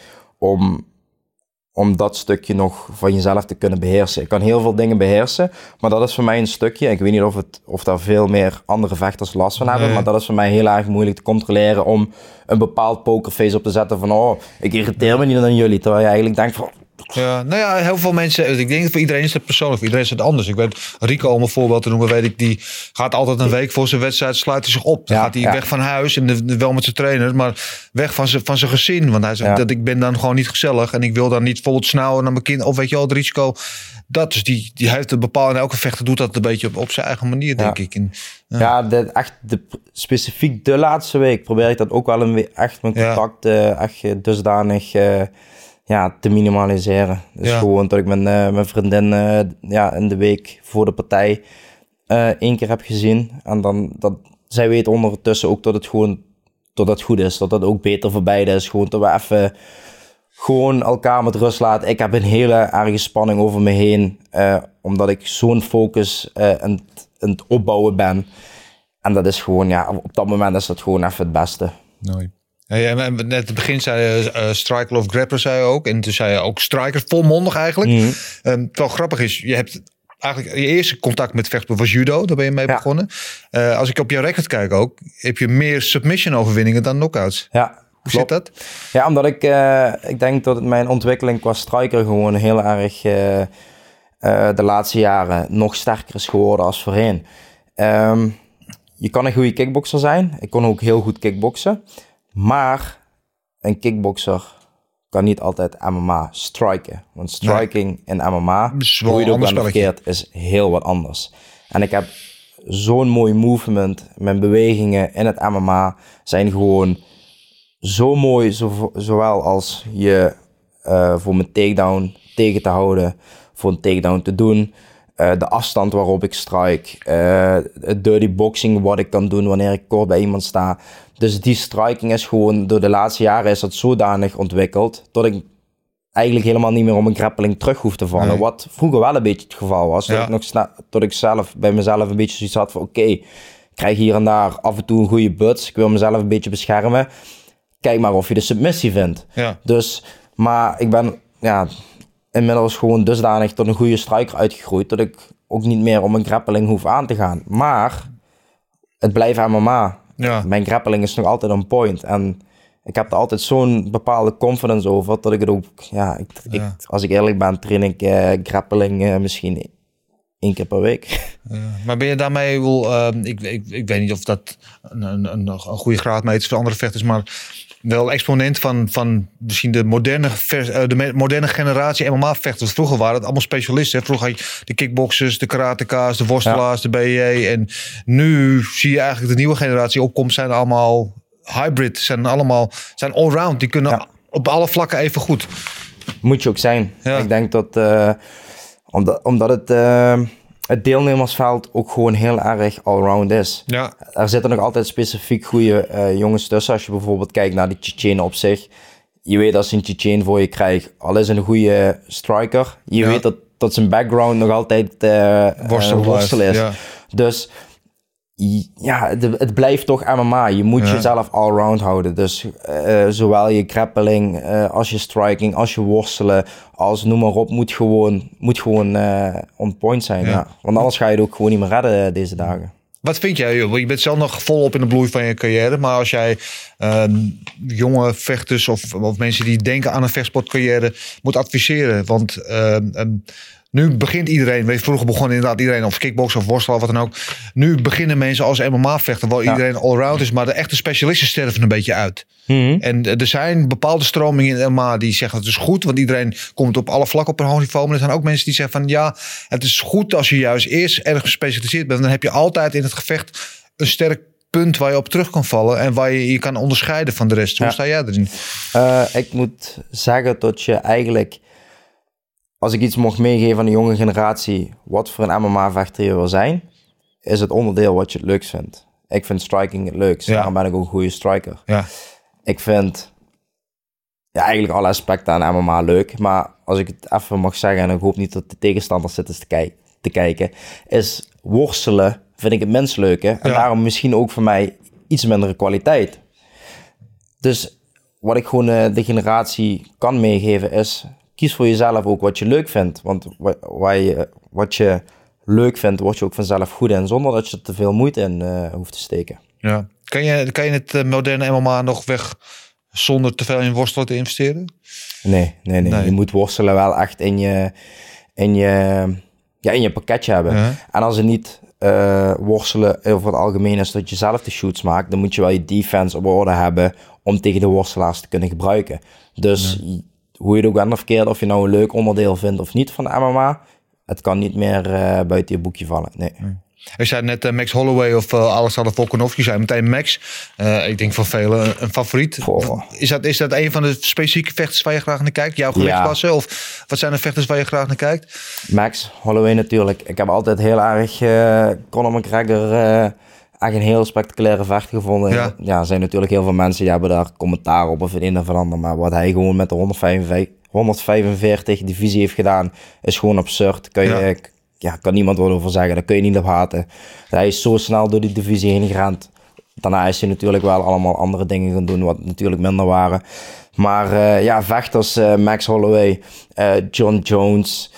om dat stukje nog van jezelf te kunnen beheersen. Ik kan heel veel dingen beheersen, maar dat is voor mij een stukje. Ik weet niet of daar veel meer andere vechters last van hebben, maar dat is voor mij heel erg moeilijk te controleren om een bepaald pokerface op te zetten van ik irriteer me niet aan jullie. Terwijl je eigenlijk denkt van... Ja, nou ja, heel veel mensen, ik denk dat voor iedereen is het persoonlijk, voor iedereen is het anders. Ik weet, Rico, om een voorbeeld te noemen, weet ik, die gaat altijd een week voor zijn wedstrijd, sluit hij zich op. Dan gaat hij weg van huis en wel met zijn trainer, maar weg van zijn gezin. Want hij zegt dat ik ben dan gewoon niet gezellig en ik wil dan niet bijvoorbeeld snauwen naar mijn kind, of weet je wel, het risico. Dat, dus die heeft een bepaalde, en elke vechter doet dat een beetje op zijn eigen manier, denk ik. En, specifiek de laatste week probeer ik dat ook wel echt mijn contact echt dusdanig... te minimaliseren. Dus gewoon dat ik mijn vriendin in de week voor de partij 1 keer heb gezien. En dan dat zij weet ondertussen ook dat het goed is. Dat ook beter voor beide is. Gewoon dat we even gewoon elkaar met rust laten. Ik heb een hele erge spanning over me heen. Omdat ik zo'n focus aan het opbouwen ben. En dat is gewoon, op dat moment is dat gewoon even het beste. Nooit. Hey, net in het begin zei je striker of grappler, zei je ook. En toen zei je ook striker, volmondig eigenlijk. Wel grappig is, je hebt eigenlijk je eerste contact met vechten was judo. Daar ben je mee begonnen. Als ik op jouw record kijk ook, heb je meer submission overwinningen dan knockouts. Ja, hoe zit dat? Ja, omdat ik denk dat mijn ontwikkeling qua striker gewoon heel erg de laatste jaren nog sterker is geworden als voorheen. Je kan een goede kickbokser zijn. Ik kon ook heel goed kickboksen. Maar een kickbokser kan niet altijd MMA striken. Want striking in MMA, hoe je het ook bent verkeerd, is heel wat anders. En ik heb zo'n mooi movement. Mijn bewegingen in het MMA zijn gewoon zo mooi. Zowel als je voor mijn takedown tegen te houden, voor een takedown te doen. De afstand waarop ik strike. Het dirty boxing wat ik kan doen wanneer ik kort bij iemand sta. Dus die striking is gewoon, door de laatste jaren is dat zodanig ontwikkeld, dat ik eigenlijk helemaal niet meer om een grappeling terug hoef te vallen. Nee. Wat vroeger wel een beetje het geval was. Dat ik zelf bij mezelf een beetje zoiets had van ik krijg hier en daar af en toe een goede buts. Ik wil mezelf een beetje beschermen. Kijk maar of je de submissie vindt. Ja. Dus, maar ik ben inmiddels gewoon dusdanig tot een goede striker uitgegroeid, dat ik ook niet meer om een grappeling hoef aan te gaan. Maar het blijft MMA. Ja. Mijn grappling is nog altijd on point. En ik heb er altijd zo'n bepaalde confidence over, dat ik het ook... als ik eerlijk ben, train ik grappling misschien 1 keer per week. Maar ben je daarmee... Ik weet niet of dat een goede graadmeter is voor andere vechters, maar wel exponent van misschien de moderne generatie MMA-vechters. Vroeger waren het allemaal specialisten. Hè? Vroeger had je de kickboxers, de karateka's, de worstelaars, de BJ. En nu zie je eigenlijk de nieuwe generatie opkomt, zijn allemaal hybrid. Zijn allround. Die kunnen op alle vlakken even goed. Moet je ook zijn. Ja. Ik denk dat omdat het deelnemersveld ook gewoon heel erg allround is. Ja. Er zitten nog altijd specifiek goede jongens tussen. Als je bijvoorbeeld kijkt naar die Tsjetsjenen op zich. Je weet als je een Tsjetsjen voor je krijgt, al is een goede striker. Je weet dat zijn background nog altijd worstel is. Ja. Dus het blijft toch MMA. Je moet jezelf allround houden. Dus zowel je grappling, als je striking, als je worstelen, als noem maar op, moet gewoon on point zijn. Ja. Want anders ga je het ook gewoon niet meer redden deze dagen. Wat vind jij? Je bent zelf nog volop in de bloei van je carrière. Maar als jij jonge vechters of mensen die denken aan een vechtsportcarrière moet adviseren. Want nu begint iedereen, vroeger begon inderdaad iedereen of kickboksen of worstelen of wat dan ook. Nu beginnen mensen als MMA-vechter, waar iedereen allround is, maar de echte specialisten sterven een beetje uit. Mm-hmm. En er zijn bepaalde stromingen in MMA die zeggen het is goed, want iedereen komt op alle vlakken op een hoog niveau. Maar er zijn ook mensen die zeggen van het is goed als je juist eerst erg gespecialiseerd bent. Dan heb je altijd in het gevecht een sterk punt waar je op terug kan vallen en waar je kan onderscheiden van de rest. Hoe sta jij erin? Ik moet zeggen dat je eigenlijk, als ik iets mocht meegeven aan de jonge generatie, wat voor een MMA-vechter je wil zijn, is het onderdeel wat je het leukst vindt. Ik vind striking het leukst. Ja. Daarom ben ik ook een goede striker. Ja. Ik vind eigenlijk alle aspecten aan MMA leuk. Maar als ik het even mag zeggen, en ik hoop niet dat de tegenstanders zitten te kijken, is worstelen vind ik het minst leuke. En daarom misschien ook voor mij iets mindere kwaliteit. Dus wat ik gewoon de generatie kan meegeven is, kies voor jezelf ook wat je leuk vindt. Want wat je leuk vindt, word je ook vanzelf goed in, zonder dat je er te veel moeite in hoeft te steken. Ja. Kan je het moderne MMA nog weg zonder te veel in worstelen te investeren? Nee. Je moet worstelen wel echt in je pakketje hebben. Ja. En als het niet worstelen over het algemeen is dat je zelf de shoots maakt, dan moet je wel je defense op orde hebben om tegen de worstelaars te kunnen gebruiken. Dus hoe je het ook bent of verkeerd, of je nou een leuk onderdeel vindt of niet van de MMA, het kan niet meer buiten je boekje vallen. Nee. Je zei net Max Holloway of Alexander Volkanov. Je zei meteen Max. Ik denk van velen een favoriet. Oh. Is dat een van de specifieke vechters waar je graag naar kijkt? Jouw gewichtklasse? Of wat zijn de vechters waar je graag naar kijkt? Max Holloway natuurlijk. Ik heb altijd heel erg Conor McGregor echt een heel spectaculaire vechter gevonden. Ja, er zijn natuurlijk heel veel mensen die hebben daar commentaar op of het een of het ander. Maar wat hij gewoon met de 145 divisie heeft gedaan, is gewoon absurd. Kan niemand wat over zeggen. Daar kun je niet op haten. Hij is zo snel door die divisie heen gerend. Daarna is hij natuurlijk wel allemaal andere dingen gaan doen, wat natuurlijk minder waren. Maar vechters, Max Holloway, John Jones.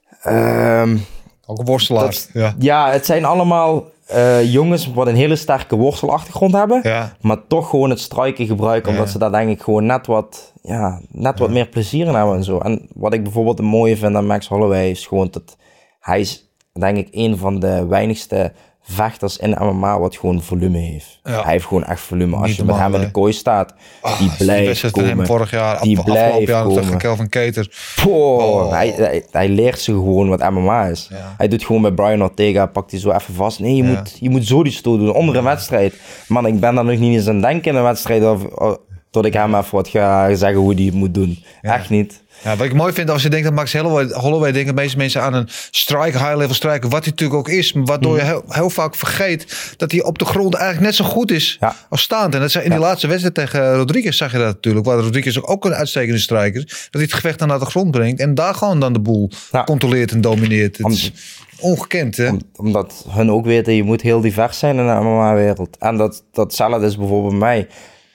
Ook een worstelaar. Ja, het zijn allemaal jongens wat een hele sterke worstelachtergrond hebben. Ja. Maar toch gewoon het striken gebruiken, omdat ze daar denk ik gewoon net wat meer plezier in hebben en zo. En wat ik bijvoorbeeld een mooie vind aan Max Holloway is gewoon dat hij is denk ik een van de weinigste vechters in MMA wat gewoon volume heeft. Ja. Hij heeft gewoon echt volume. Als je met hem in de kooi staat, die blijft komen. Hem vorig jaar, afgelopen jaar tegen Kelvin Keter. Hij leert ze gewoon wat MMA is. Ja. Hij doet gewoon bij Brian Ortega, pakt hij zo even vast. Nee, je moet zo die stoot doen onder een wedstrijd. Man, ik ben daar nog niet eens aan denken in een wedstrijd tot ik hem even wat ga zeggen hoe hij het moet doen. Ja. Echt niet. Ja, wat ik mooi vind als je denkt dat Max Holloway denken de meeste mensen aan een high-level striker, wat hij natuurlijk ook is, waardoor je heel vaak vergeet dat hij op de grond eigenlijk net zo goed is als staand. En dat zei in die laatste wedstrijd tegen Rodriguez zag je dat natuurlijk, waar Rodriguez ook een uitstekende striker is, dat hij het gevecht dan naar de grond brengt en daar gewoon dan de boel controleert en domineert. Het is ongekend, hè? Omdat hun ook weten, je moet heel divers zijn in de MMA-wereld. En datzelfde is bijvoorbeeld bij mij.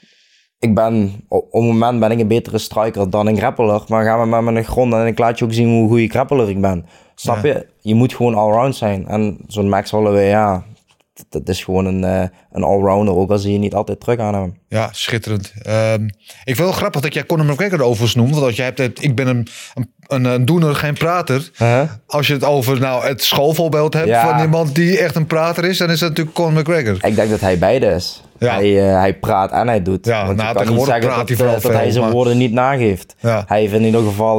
Op het moment ben ik een betere striker dan een grappler. Maar gaan we met me naar de grond en ik laat je ook zien hoe goede grappler ik ben. Snap je? Je moet gewoon allround zijn. En zo'n Max Holloway, dat is gewoon een allrounder. Ook al zie je niet altijd terug aan hem. Ja, schitterend. Ik vind het wel grappig dat jij Conor McGregor overigens noemt. Want jij hebt ik ben een doener, geen prater. Als je het over het schoolvoorbeeld hebt van iemand die echt een prater is, dan is dat natuurlijk Conor McGregor. Ik denk dat hij beide is. Ja. Hij praat en hij doet. Ja, want je kan niet zeggen dat hij zijn woorden niet nageeft. Ja. Hij heeft in ieder geval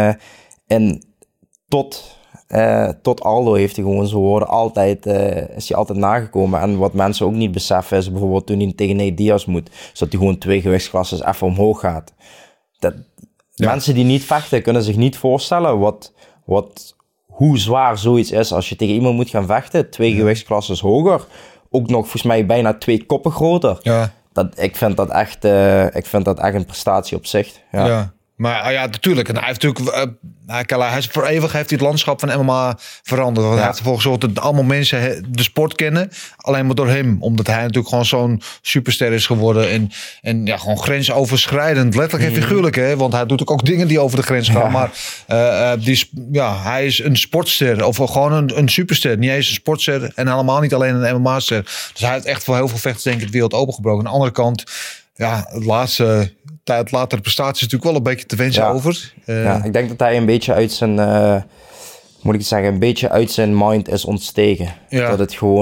tot Aldo heeft hij gewoon zijn woorden is hij altijd nagekomen. En wat mensen ook niet beseffen is bijvoorbeeld toen hij tegen Nate Diaz moet, is dat hij gewoon 2 gewichtsklassen even omhoog gaat. Mensen die niet vechten kunnen zich niet voorstellen hoe zwaar zoiets is als je tegen iemand moet gaan vechten. 2 gewichtsklassen hoger. Ook nog volgens mij bijna 2 koppen groter. Ja. Ik vind dat echt een prestatie op zich. Ja. Maar natuurlijk. En hij heeft natuurlijk, hij is voor eeuwig heeft hij het landschap van MMA veranderd. Want hij heeft ervoor gezorgd dat allemaal mensen de sport kennen. Alleen maar door hem. Omdat hij natuurlijk gewoon zo'n superster is geworden. En gewoon grensoverschrijdend. Letterlijk en figuurlijk. Hè? Want hij doet ook dingen die over de grens gaan. Maar hij is een sportster. Of gewoon een superster. Niet eens een sportster. En helemaal niet alleen een MMA-ster. Dus hij heeft echt voor heel veel vechters denk ik het wereld opengebroken. Aan de andere kant, het latere prestaties natuurlijk wel een beetje te wensen over. Ik denk dat hij een beetje uit zijn, een beetje uit zijn mind is ontstegen. Ja.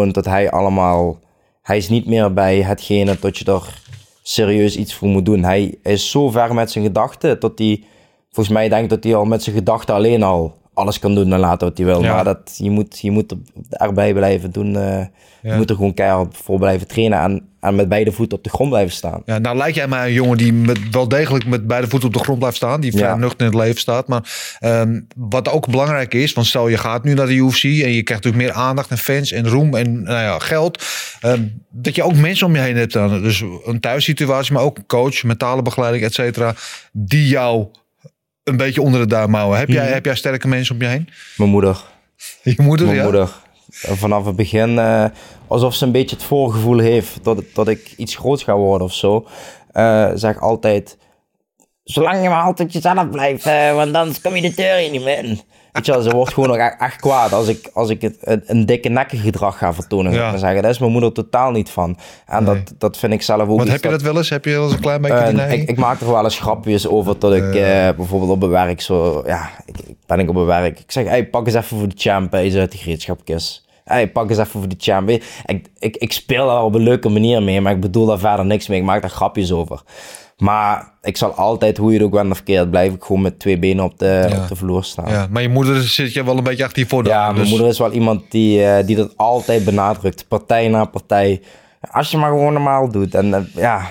Hij is niet meer bij hetgene dat je er serieus iets voor moet doen. Hij is zo ver met zijn gedachten dat hij, volgens mij denkt dat hij al met zijn gedachten alleen al alles kan doen en laten wat hij wil. Ja. Maar je moet erbij blijven doen. Je moet er gewoon keihard voor blijven trainen en met beide voeten op de grond blijven staan. Ja, nou lijkt jij mij een jongen die wel degelijk met beide voeten op de grond blijft staan. Die vrij nuchter in het leven staat. Maar wat ook belangrijk is, want stel je gaat nu naar de UFC en je krijgt natuurlijk meer aandacht en fans en roem en geld. Dat je ook mensen om je heen hebt dan. Dus een thuissituatie, maar ook een coach, mentale begeleiding, et cetera. Die jou een beetje onder de duim houden. Heb jij sterke mensen om je heen? Mijn moeder. Je moeder, Mijn moeder. Vanaf het begin, alsof ze een beetje het voorgevoel heeft dat ik iets groots ga worden of zo. Zeg altijd, zolang je maar altijd jezelf blijft, want dan kom je de deur hier niet meer in. Weet je wel, ze wordt gewoon nog echt kwaad als ik een dikke nekken gedrag ga vertonen. Ja. Zeggen. Daar is mijn moeder totaal niet van. En dat vind ik zelf ook. Want heb je dat wel eens? Heb je wel eens een klein beetje die neiging? Ik maak er wel eens grapjes over dat ik bijvoorbeeld op mijn werk zo... Ja, ben ik op mijn werk. Ik zeg, hey, pak eens even voor de champ eens uit de gereedschapkist. Hey, pak eens even voor de champ. Ik speel daar op een leuke manier mee, maar ik bedoel daar verder niks mee. Ik maak daar grapjes over. Maar ik zal altijd, hoe je het ook bent of verkeerd, blijf ik gewoon met 2 benen op de vloer staan. Ja, maar je moeder zit je wel een beetje achter je voordeel. Ja, mijn moeder is wel iemand die dat altijd benadrukt. Partij na partij. Als je maar gewoon normaal doet. En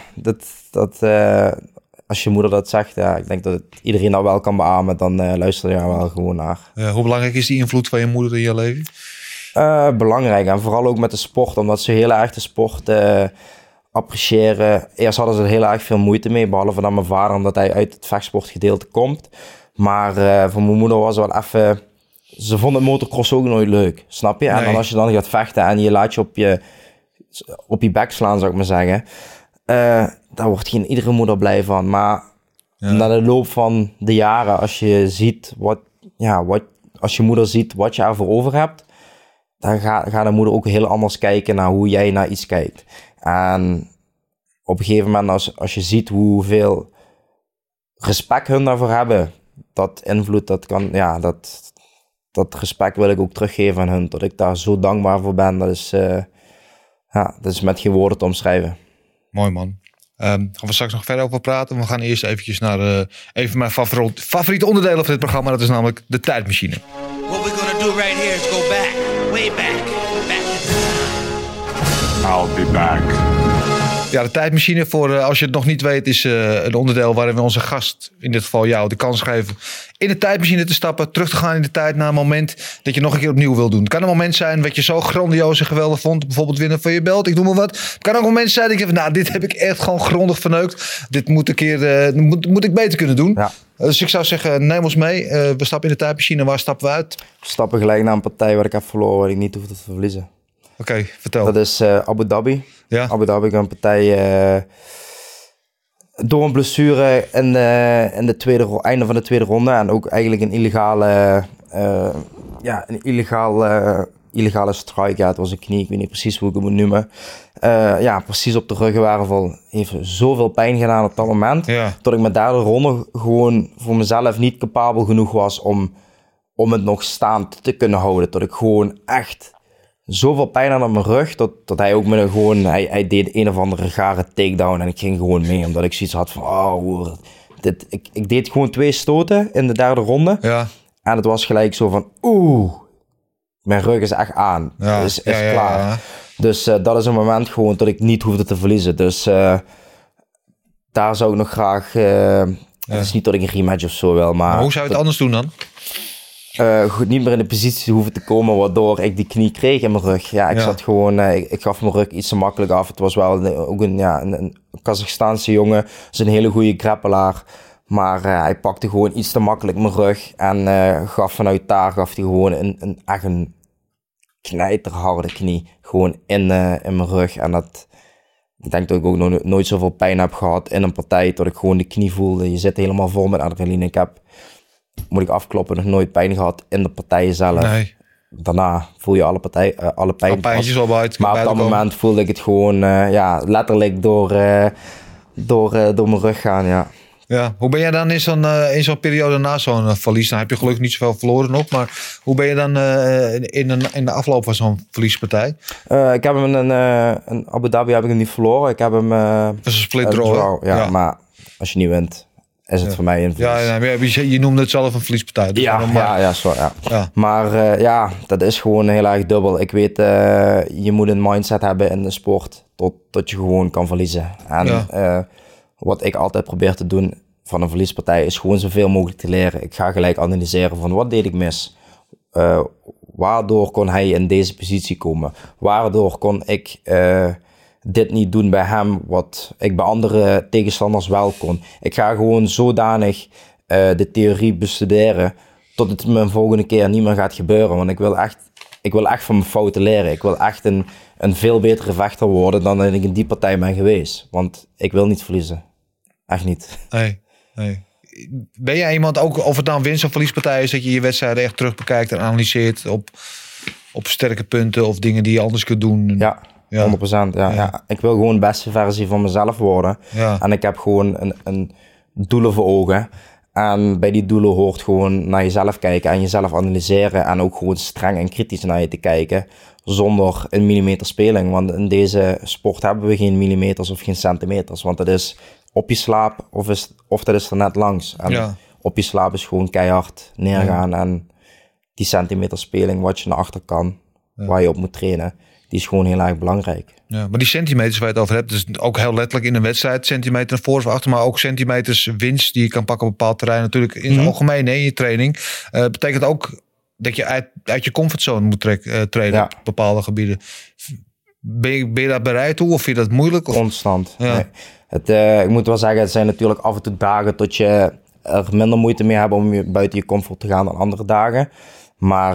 als je moeder dat zegt, ik denk dat iedereen dat wel kan beamen. Dan luister je wel gewoon naar. Hoe belangrijk is die invloed van je moeder in je leven? Belangrijk. En vooral ook met de sport. Omdat ze heel erg de sport... appreciëren. Eerst hadden ze er heel erg veel moeite mee, behalve dan mijn vader, omdat hij uit het vechtsportgedeelte komt. Maar voor mijn moeder was wel even... Ze vond het motocross ook nooit leuk, snap je? Nee. En dan als je dan gaat vechten en je laat je op je bek slaan, zou ik maar zeggen. Daar wordt geen iedere moeder blij van. Maar na de loop van de jaren, als je ziet als je moeder ziet wat je ervoor over hebt, dan gaat de moeder ook heel anders kijken naar hoe jij naar iets kijkt. En op een gegeven moment, als je ziet hoeveel respect hun daarvoor hebben, dat invloed, dat respect wil ik ook teruggeven aan hun. Dat ik daar zo dankbaar voor ben, dat is met geen woorden te omschrijven. Mooi man. Gaan we straks nog verder over praten. We gaan eerst eventjes naar even mijn favoriete onderdelen van dit programma. Dat is namelijk de tijdmachine. What we're gonna do right here is go back, way back. I'll be back. Ja, de tijdmachine, voor als je het nog niet weet, is een onderdeel waarin we onze gast, in dit geval jou, de kans geven in de tijdmachine te stappen, terug te gaan in de tijd naar een moment dat je nog een keer opnieuw wil doen. Het kan een moment zijn wat je zo grandioos en geweldig vond, bijvoorbeeld winnen van je belt, ik noem maar wat. Het kan ook een moment zijn dat je van, dit heb ik echt gewoon grondig verneukt. Dit moet moet ik beter kunnen doen. Ja. Dus ik zou zeggen, neem ons mee. We stappen in de tijdmachine. Waar stappen we uit? We stappen gelijk naar een partij waar ik heb verloren, waar ik niet hoefde te verliezen. Oké, vertel. Dat is Abu Dhabi. Ja. Abu Dhabi, een partij door een blessure in de einde van de tweede ronde. En ook eigenlijk een illegale strike. Ja, het was een knie, ik weet niet precies hoe ik het moet noemen. Precies op de ruggenwervel. Heeft zoveel pijn gedaan op dat moment. Ja. Dat ik met derde ronde gewoon voor mezelf niet capabel genoeg was om het nog staand te kunnen houden. Dat ik gewoon echt zoveel pijn had op mijn rug, dat hij ook me gewoon... Hij deed een of andere gare takedown en ik ging gewoon mee, omdat ik zoiets had van... Ik deed gewoon 2 stoten in de derde ronde. Ja. En het was gelijk zo van... Mijn rug is echt aan. Ja, is klaar. Ja. Dus dat is een moment gewoon dat ik niet hoefde te verliezen. Dus daar zou ik nog graag... Het is niet dat ik een rematch of zo wil, maar hoe zou je het anders doen dan? Niet meer in de positie hoeven te komen waardoor ik die knie kreeg in mijn rug. Ja, ik zat gewoon... ik gaf mijn rug iets te makkelijk af. Het was wel ook een Kazachstaanse jongen. Dat is een hele goede grappelaar. Maar hij pakte gewoon iets te makkelijk mijn rug. En gaf hij gewoon een knijterharde knie. Gewoon in mijn rug. En ik denk dat ik ook nooit zoveel pijn heb gehad in een partij. Dat ik gewoon de knie voelde. Je zit helemaal vol met adrenaline. Ik heb, moet ik afkloppen, nog nooit pijn gehad in de partij zelf. Nee. Daarna voel je alle pijn. Pijntjes al buiten. Maar op dat moment voelde ik het gewoon letterlijk door mijn rug gaan, ja. Ja, hoe ben jij dan in zo'n periode na zo'n verlies? Nou heb je gelukkig niet zoveel verloren nog, maar hoe ben je dan in de afloop van zo'n verliespartij? Ik heb hem in Abu Dhabi heb ik hem niet verloren. Ik heb hem... Dat is een split draw. Ja, maar als je niet wint, is het voor mij een verlies. Ja, je noemde het zelf een verliespartij. Dus Ja. Maar dat is gewoon heel erg dubbel. Ik weet, je moet een mindset hebben in de sport tot je gewoon kan verliezen. En wat ik altijd probeer te doen van een verliespartij is gewoon zoveel mogelijk te leren. Ik ga gelijk analyseren van wat deed ik mis? Waardoor kon hij in deze positie komen? Waardoor kon ik dit niet doen bij hem wat ik bij andere tegenstanders wel kon? Ik ga gewoon zodanig de theorie bestuderen tot het me een volgende keer niet meer gaat gebeuren. Want ik wil echt van mijn fouten leren. Ik wil echt een veel betere vechter worden dan dat ik in die partij ben geweest. Want ik wil niet verliezen. Echt niet. Nee. Ben jij iemand, ook of het nou winst- of verliespartij is, dat je je wedstrijden echt terug bekijkt en analyseert op sterke punten of dingen die je anders kunt doen? Ja. 100%. Ja. Ik wil gewoon de beste versie van mezelf worden. Ja. En ik heb gewoon een doelen voor ogen. En bij die doelen hoort gewoon naar jezelf kijken en jezelf analyseren. En ook gewoon streng en kritisch naar je te kijken. Zonder een millimeterspeling. Want in deze sport hebben we geen millimeters of geen centimeters. Want dat is op je slaap of dat is er net langs. En op je slaap is gewoon keihard neergaan. En die centimeterspeling wat je naar achter kan, waar je op moet trainen, die is gewoon heel erg belangrijk. Ja, maar die centimeters waar je het over hebt, dus ook heel letterlijk in een wedstrijd, centimeter naar voren of achter, maar ook centimeters winst die je kan pakken op een bepaald terrein. Natuurlijk in het algemeen, in je training. Betekent ook dat je uit je comfortzone moet trainen op bepaalde gebieden. Ben je daar bereid toe of vind je dat moeilijk? Of? Constant. Ja. Nee. Ik moet wel zeggen, het zijn natuurlijk af en toe dagen tot je er minder moeite mee hebt om buiten je comfort te gaan dan andere dagen. Maar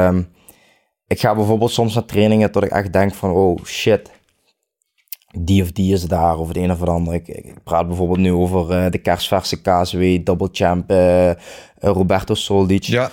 ik ga bijvoorbeeld soms naar trainingen tot ik echt denk van, oh shit, die of die is daar of het een of het ander. Ik praat bijvoorbeeld nu over de kerstverse KSW, double champ, Roberto Soldic. Ja.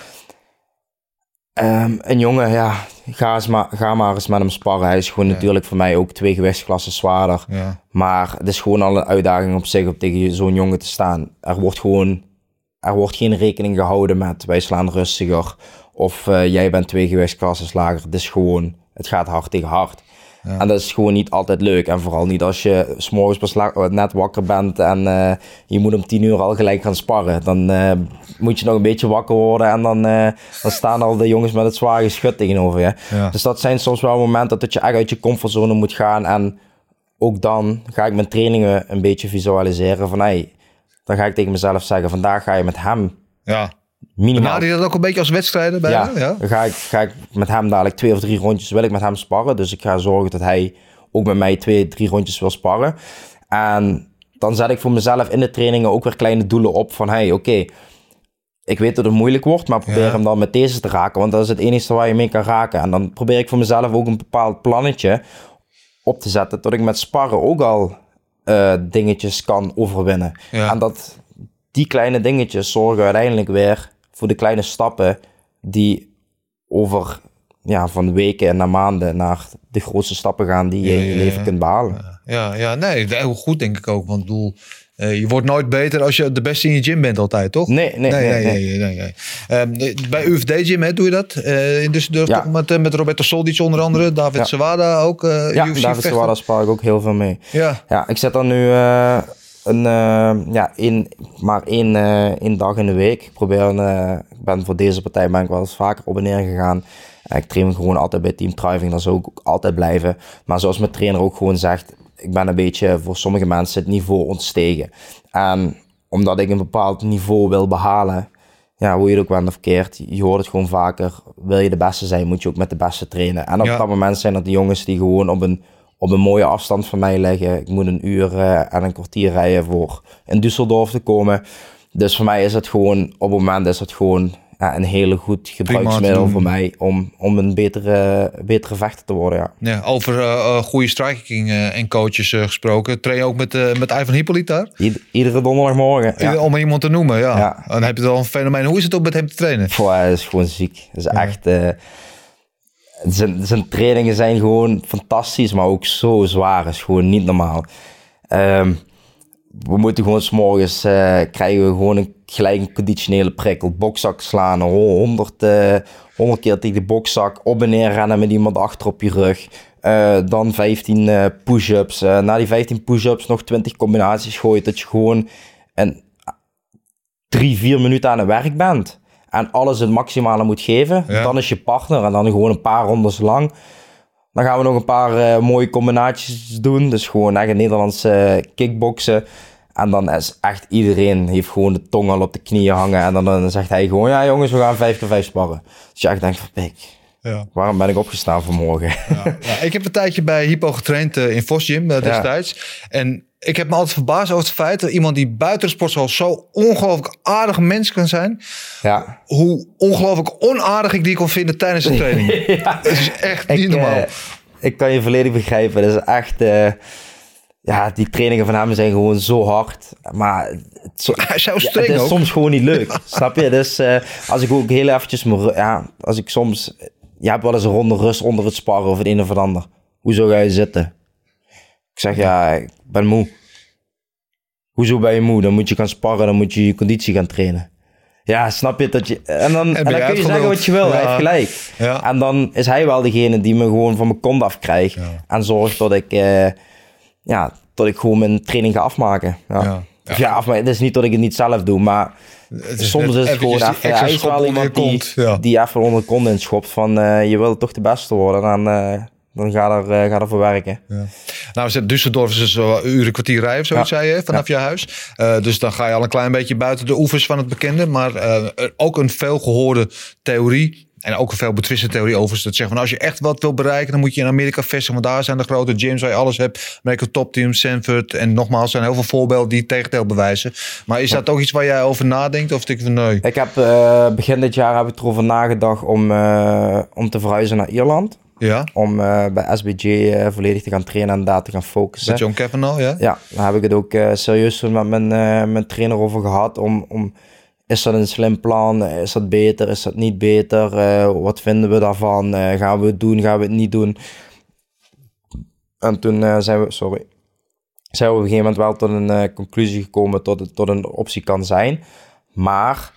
Een jongen, ga maar eens met hem sparren. Hij is gewoon natuurlijk voor mij ook 2 gewichtsklassen zwaarder. Ja. Maar het is gewoon al een uitdaging op zich om tegen zo'n jongen te staan. Er wordt geen rekening gehouden met wij slaan rustiger of jij bent 2 gewichtsklassen lager. Het is gewoon, het gaat hard tegen hard. Ja. En dat is gewoon niet altijd leuk. En vooral niet als je 's morgens pas net wakker bent en je moet om 10 uur al gelijk gaan sparren. Dan moet je nog een beetje wakker worden en dan staan al de jongens met het zware geschut tegenover je. Ja. Dus dat zijn soms wel momenten dat je echt uit je comfortzone moet gaan. En ook dan ga ik mijn trainingen een beetje visualiseren van dan ga ik tegen mezelf zeggen, vandaag ga je met hem minimaal. Benader je dat ook een beetje als wedstrijden bij hem? Ja. Dan ga ik met hem dadelijk 2 of 3 rondjes wil ik met hem sparren. Dus ik ga zorgen dat hij ook met mij 2, 3 rondjes wil sparren. En dan zet ik voor mezelf in de trainingen ook weer kleine doelen op van oké, ik weet dat het moeilijk wordt, maar probeer hem dan met deze te raken. Want dat is het enige waar je mee kan raken. En dan probeer ik voor mezelf ook een bepaald plannetje op te zetten, dat ik met sparren ook al dingetjes kan overwinnen. Ja. En dat die kleine dingetjes zorgen uiteindelijk weer voor de kleine stappen die over van weken naar maanden naar de grootste stappen gaan die je in je leven kunt behalen. Nee, heel goed denk ik ook. Want ik bedoel, je wordt nooit beter als je de beste in je gym bent altijd, toch? Nee. Bij UFD Gym doe je dat? In Düsseldorf met Roberto Soldic onder andere, David Sawada ook. UFC David Sawada spaar ik ook heel veel mee. Ja, ik zet dan nu één dag in de week. Ik ben voor deze partij ben ik wel eens vaker op en neer gegaan. Ik train gewoon altijd bij Team Thriving, dat zou ik ook altijd blijven. Maar zoals mijn trainer ook gewoon zegt, ik ben een beetje voor sommige mensen het niveau ontstegen. En omdat ik een bepaald niveau wil behalen, hoe je het ook wel of verkeerd, je hoort het gewoon vaker, wil je de beste zijn, moet je ook met de beste trainen. En op dat moment zijn dat de jongens die gewoon op een mooie afstand van mij liggen. Ik moet 1 uur en een kwartier rijden voor in Düsseldorf te komen. Dus voor mij is het gewoon, op het moment is het gewoon een hele goed gebruiksmiddel voor mij om een betere vechter te worden. Ja. Over goede striking en coaches gesproken. Train je ook met Ivan Hippolyt daar? Iedere donderdagmorgen. Om iemand te noemen, ja. Dan heb je wel een fenomeen. Hoe is het om met hem te trainen? Hij is gewoon ziek. Het is echt... Zijn trainingen zijn gewoon fantastisch, maar ook zo zwaar. Het is gewoon niet normaal. We moeten gewoon 's morgens krijgen we gewoon gelijk een conditionele prikkel. Bokzak slaan, 100 keer tegen de bokzak. Op en neer rennen met iemand achter op je rug. Dan 15 push-ups. Na die 15 push-ups nog 20 combinaties gooien. Dat je gewoon 3-4 minuten aan het werk bent en alles het maximale moet geven, dan is je partner en dan gewoon een paar rondes lang. Dan gaan we nog een paar mooie combinaties doen. Dus gewoon echt een Nederlandse kickboksen. En dan is echt iedereen heeft gewoon de tong al op de knieën hangen. En dan zegt hij gewoon, ja jongens, we gaan 5x5 sparren. Dus je echt denkt van, pik, waarom ben ik opgestaan vanmorgen? Ja, ik heb een tijdje bij Hypo getraind in Vos Gym destijds. En ik heb me altijd verbaasd over het feit dat iemand die buiten de sportschool zo ongelooflijk aardig mens kan zijn. Ja. Hoe ongelooflijk onaardig ik die kon vinden tijdens de training. Dat is echt niet normaal. Ik kan je volledig begrijpen. Dat is echt... die trainingen van hem zijn gewoon zo hard. Maar hij is zo streng het is ook. soms gewoon niet leuk. Snap je? Dus als ik ook heel eventjes... als ik soms... Je hebt wel eens een ronde rust onder het sparren of het een of het ander. Hoezo ga je zitten? Ik zeg, ik ben moe. Hoezo ben je moe? Dan moet je gaan sparren, dan moet je je conditie gaan trainen. Ja, snap je dat je... En dan kun je zeggen wat je wil, hij heeft gelijk. Ja. En dan is hij wel degene die me gewoon van mijn kont afkrijgt. Ja. En zorgt dat ik... dat ik gewoon mijn training ga afmaken. Ja. Afmaken. Het is niet dat ik het niet zelf doe, maar soms is het gewoon even... Hij is wel iemand die even onder de kont inschopt van... je wil toch de beste worden en dan ga er voor werken. Ja. Nou, Düsseldorf is dus een uur, een kwartier rijden of zoiets, zei je, vanaf je huis. Dus dan ga je al een klein beetje buiten de oevers van het bekende. Maar ook een veelgehoorde theorie... En ook een veel betwiste theorie over dat zeggen van als je echt wat wil bereiken, dan moet je in Amerika vestigen. Want daar zijn de grote gyms waar je alles hebt. Amerika Top Team, Sanford. En nogmaals, er zijn heel veel voorbeelden die het tegendeel bewijzen. Maar is dat ook iets waar jij over nadenkt? Of denk je van nee? Ik heb begin dit jaar heb ik erover nagedacht om te verhuizen naar Ierland. Ja. Om bij SBJ volledig te gaan trainen en daar te gaan focussen. Met John Kavanaugh, ja? Ja, daar heb ik het ook serieus met mijn trainer over gehad. Is dat een slim plan? Is dat beter? Is dat niet beter? Wat vinden we daarvan? Gaan we het doen? Gaan we het niet doen? En toen zijn we op een gegeven moment wel tot een conclusie gekomen tot een optie kan zijn. Maar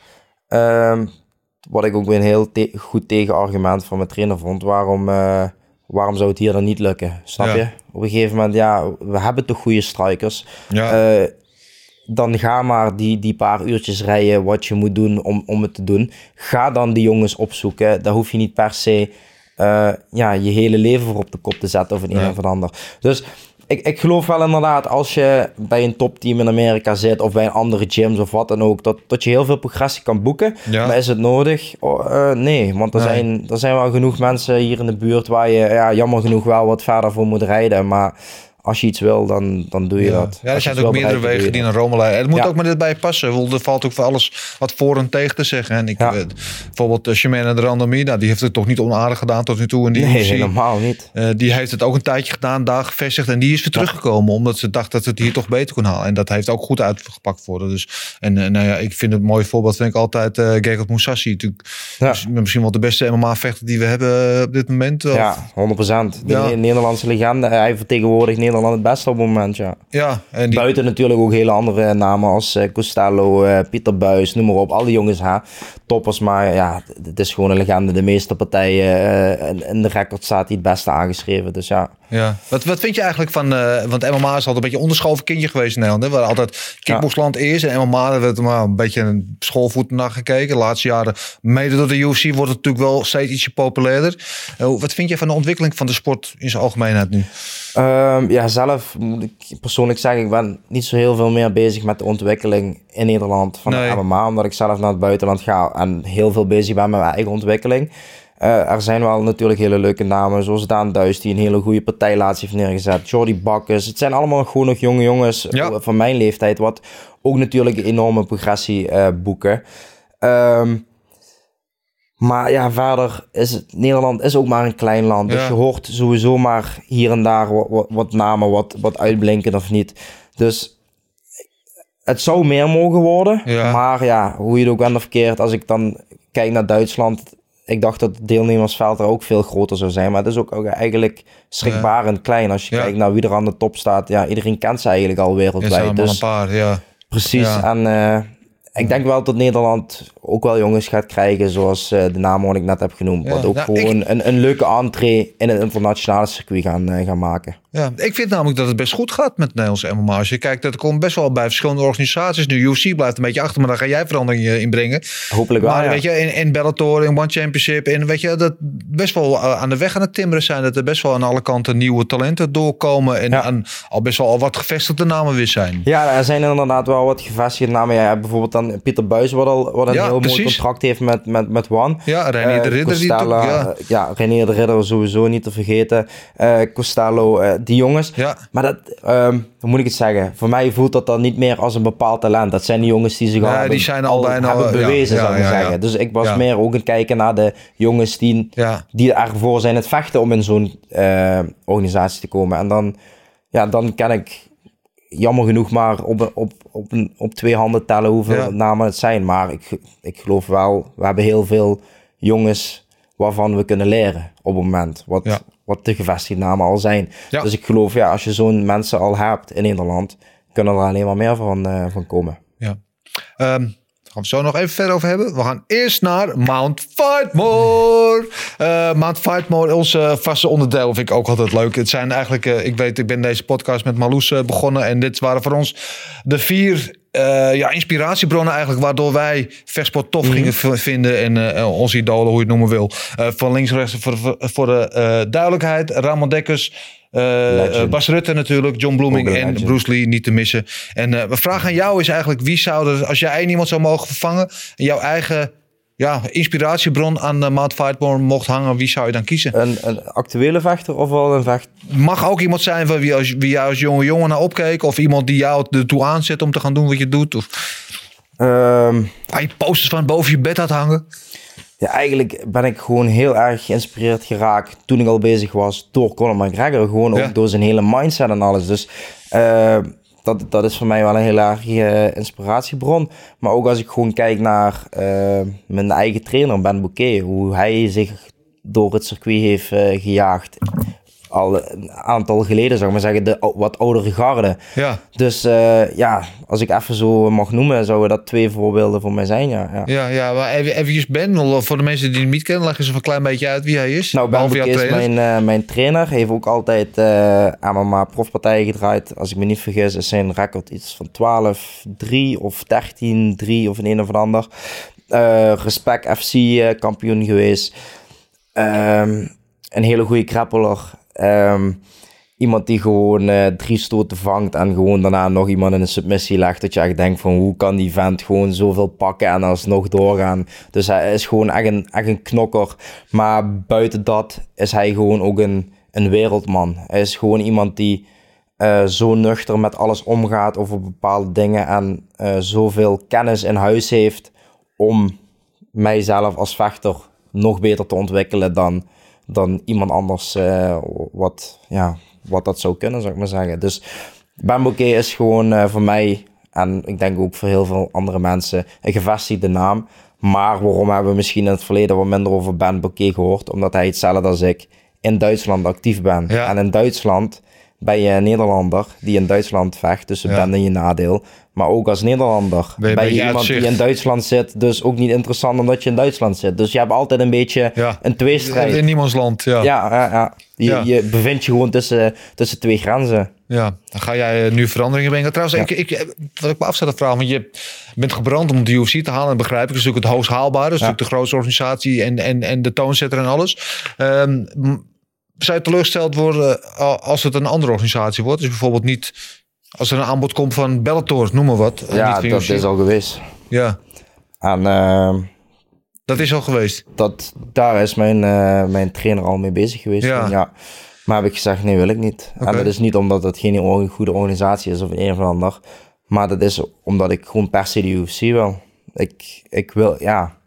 wat ik ook weer een heel goed tegenargument van mijn trainer vond, waarom zou het hier dan niet lukken? Snap je? Op een gegeven moment, we hebben toch goede strikers. Ja. Dan ga maar die paar uurtjes rijden wat je moet doen om het te doen. Ga dan die jongens opzoeken. Daar hoef je niet per se je hele leven voor op de kop te zetten of een of ander. Dus ik geloof wel inderdaad, als je bij een topteam in Amerika zit of bij een andere gyms of wat dan ook, dat je heel veel progressie kan boeken. Ja. Maar is het nodig? Nee, want er zijn wel genoeg mensen hier in de buurt waar je jammer genoeg wel wat verder voor moet rijden. Maar als je iets wil, dan doe je dat. Ja, er zijn ook meerdere wegen die naar Rome leiden. Het moet ook maar dit bij je passen. Er valt ook voor alles wat voor en tegen te zeggen. En bijvoorbeeld Shimena de Randamie, die heeft het toch niet onaardig gedaan tot nu toe. Nee, helemaal niet. Die heeft het ook een tijdje gedaan, daar gevestigd. En die is weer teruggekomen, omdat ze dacht dat het hier toch beter kon halen. En dat heeft ook goed uitgepakt worden. Dus, ik vind het een mooi voorbeeld, vind ik altijd Gegard Mousasi. Dus misschien wel de beste MMA-vechter die we hebben op dit moment. Ja, 100%. De Nederlandse legende. Hij vertegenwoordigt Nederland het beste op het moment, En buiten natuurlijk ook hele andere namen als Costello, Pieter Buijs, noem maar op. Al die jongens, toppers, maar het is gewoon een legende. De meeste partijen in de record staat die het beste aangeschreven, dus ja. Wat vind je eigenlijk van, want MMA is altijd een beetje een onderschoven kindje geweest in Nederland. Hè? We hadden altijd kickboxland eerst en MMA werd maar een beetje een schoolvoet naar gekeken. De laatste jaren, mede door de UFC, wordt het natuurlijk wel steeds ietsje populairder. Wat vind je van de ontwikkeling van de sport in zijn algemeenheid nu? Zelf moet ik persoonlijk zeggen, ik ben niet zo heel veel meer bezig met de ontwikkeling in Nederland van de MMA, omdat ik zelf naar het buitenland ga en heel veel bezig ben met mijn eigen ontwikkeling. Er zijn wel natuurlijk hele leuke namen, zoals Daan Duis, die een hele goede partij laatst heeft neergezet. Jordi Bakkes. Het zijn allemaal gewoon nog jonge jongens van mijn leeftijd, wat ook natuurlijk een enorme progressie boeken. Maar verder is Nederland is ook maar een klein land. Dus je hoort sowieso maar hier en daar wat namen wat uitblinken of niet. Dus het zou meer mogen worden. Ja. Maar hoe je het ook bent of verkeerd, als ik dan kijk naar Duitsland, ik dacht dat het deelnemersveld er ook veel groter zou zijn. Maar het is ook eigenlijk schrikbarend klein. Als je kijkt naar wie er aan de top staat. Ja, iedereen kent ze eigenlijk al wereldwijd. Dus een paar, precies. Ja. En ik denk wel dat Nederland ook wel jongens gaat krijgen, zoals de naam wat ik net heb genoemd. Ja, Wat ook nou, gewoon een leuke entree in het internationale circuit gaan maken. Ja, ik vind namelijk dat het best goed gaat met Nederlandse MMA. Als je kijkt, dat er komt best wel bij verschillende organisaties. Nu, UFC blijft een beetje achter, maar daar ga jij verandering in brengen. Hopelijk wel, Maar ja. weet je, in Bellator, in One Championship, en weet je, dat best wel aan de weg aan het timmeren zijn. Dat er best wel aan alle kanten nieuwe talenten doorkomen. En al best wel al wat gevestigde namen weer zijn. Ja, er zijn inderdaad wel wat gevestigde namen. Ja, bijvoorbeeld dan Pieter Buijs, wat een heel mooi contract heeft met One. Ja, Reinier de Ridder. Costello, Reinier de Ridder sowieso niet te vergeten. Costello, die jongens. Ja. Maar dat, hoe moet ik het zeggen? Voor mij voelt dat dan niet meer als een bepaald talent. Dat zijn die jongens die zich al hebben bewezen, zou ik maar zeggen. Dus ik was meer ook aan het kijken naar de jongens die ervoor zijn het vechten om in zo'n organisatie te komen. En dan kan ik jammer genoeg maar op 2 handen tellen hoeveel namen het zijn. Maar ik geloof wel, we hebben heel veel jongens waarvan we kunnen leren op het moment. Wat de gevestigde namen al zijn. Ja. Dus ik geloof, als je zo'n mensen al hebt in Nederland, kunnen er alleen maar meer van komen. Ja. Gaan we zo nog even verder over hebben. We gaan eerst naar Mount Fightmore. Mount Fightmore, onze vaste onderdeel, vind ik ook altijd leuk. Het zijn eigenlijk, ik ben deze podcast met Marloes begonnen. En dit waren voor ons de 4 inspiratiebronnen eigenlijk, waardoor wij vechtsport tof gingen vinden. En onze idolen, hoe je het noemen wil. Van links rechts voor de duidelijkheid. Ramon Dekkers. Bas Rutte natuurlijk, John Bloeming en Bruce Lee niet te missen. En mijn vraag aan jou is eigenlijk, wie zou er, als jij 1 iemand zou mogen vervangen, jouw eigen inspiratiebron aan Mount Fightmore mocht hangen, wie zou je dan kiezen? Een actuele vechter of wel een vechter? Mag ook iemand zijn van wie jou als jonge jongen naar opkeek, of iemand die jou ertoe aanzet om te gaan doen wat je doet? Of je posters van boven je bed had hangen? Ja, eigenlijk ben ik gewoon heel erg geïnspireerd geraakt toen ik al bezig was door Conor McGregor. Gewoon ook door zijn hele mindset en alles. Dus dat is voor mij wel een heel erg inspiratiebron. Maar ook als ik gewoon kijk naar mijn eigen trainer, Ben Bouquet. Hoe hij zich door het circuit heeft gejaagd. Al een aantal geleden, zou ik maar zeggen, de wat oudere garde. Ja. Dus als ik even zo mag noemen, zouden dat 2 voorbeelden voor mij zijn, Ja, maar even Ben, voor de mensen die hem niet kennen, leg eens even een klein beetje uit wie hij is. Nou, Ben Bouquet is mijn trainer. Hij heeft ook altijd MMA profpartijen gedraaid. Als ik me niet vergis, is zijn record iets van 12-3 of 13-3 of een of ander. Respect FC kampioen geweest. Een hele goede grappler. Iemand die gewoon 3 stoten vangt en gewoon daarna nog iemand in een submissie legt. Dat je echt denkt van, hoe kan die vent gewoon zoveel pakken en alsnog doorgaan. Dus hij is gewoon echt een knokker. Maar buiten dat is hij gewoon ook een wereldman. Hij is gewoon iemand die zo nuchter met alles omgaat over bepaalde dingen. En zoveel kennis in huis heeft om mijzelf als vechter nog beter te ontwikkelen dan iemand anders wat dat zou kunnen, zou ik maar zeggen. Dus Ben Bouquet is gewoon voor mij, en ik denk ook voor heel veel andere mensen, een gevestigde naam. Maar waarom hebben we misschien in het verleden wat minder over Ben Bouquet gehoord? Omdat hij hetzelfde als ik in Duitsland actief ben. Ja. En in Duitsland ben je een Nederlander die in Duitsland vecht, dus je bent in je nadeel. Maar ook als Nederlander ben je iemand die in Duitsland zit, dus ook niet interessant omdat je in Duitsland zit. Dus je hebt altijd een beetje een tweestrijd. In niemands land, Je bevindt je gewoon tussen 2 grenzen. Ja, dan ga jij nu veranderingen brengen. Trouwens, wat ik me af zat te vragen, want je bent gebrand om de UFC te halen, en begrijp ik, dat is natuurlijk het hoogst haalbare, dat is natuurlijk de grootste organisatie en de toonzetter en alles. Zou je teleurgesteld worden als het een andere organisatie wordt? Dus bijvoorbeeld niet als er een aanbod komt van Bellator, noem maar wat. Ja, dat is al geweest. Ja. En dat is al geweest? Daar is mijn trainer al mee bezig geweest. Ja. Maar heb ik gezegd, nee, wil ik niet. Okay. En dat is niet omdat het geen goede organisatie is of een of ander. Maar dat is omdat ik gewoon per se de UFC wil. Ik wil,